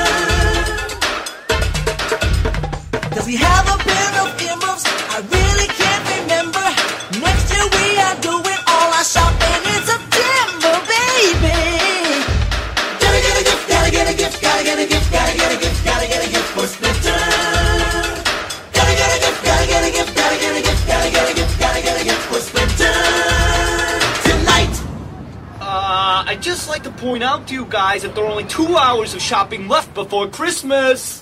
Does he have a pair of earmuffs? I really can't remember. Next year we are doing all our shopping in September, baby. Gotta get a gift, gotta get a gift, gotta get a gift, gotta get a gift, gotta get a gift for Splinter. Gotta get a gift, gotta get a gift, gotta get a gift, gotta get a gift, gotta get a gift for Splinter. Tonight. Uh, I'd just like to point out to you guys that there are only two hours of shopping left before Christmas.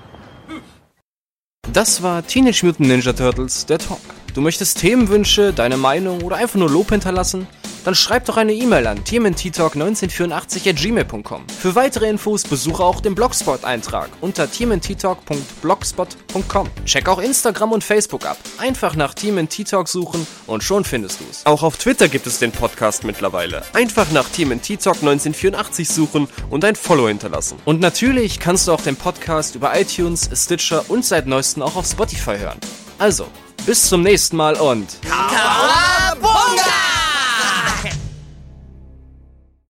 Das war Teenage Mutant Ninja Turtles, der Talk. Du möchtest Themenwünsche, deine Meinung oder einfach nur Lob hinterlassen? Dann schreib doch eine E-Mail an t m n t talk neunzehnhundert vierundachtzig at gmail punkt com. Für weitere Infos besuche auch den Blogspot-Eintrag unter t m n t talk punkt blogspot punkt com. Check auch Instagram und Facebook ab. Einfach nach T M N T Talk suchen und schon findest du's. Auch auf Twitter gibt es den Podcast mittlerweile. Einfach nach T M N T Talk neunzehnhundertvierundachtzig suchen und ein Follow hinterlassen. Und natürlich kannst du auch den Podcast über iTunes, Stitcher und seit neuestem auch auf Spotify hören. Also, bis zum nächsten Mal und... Kawaii!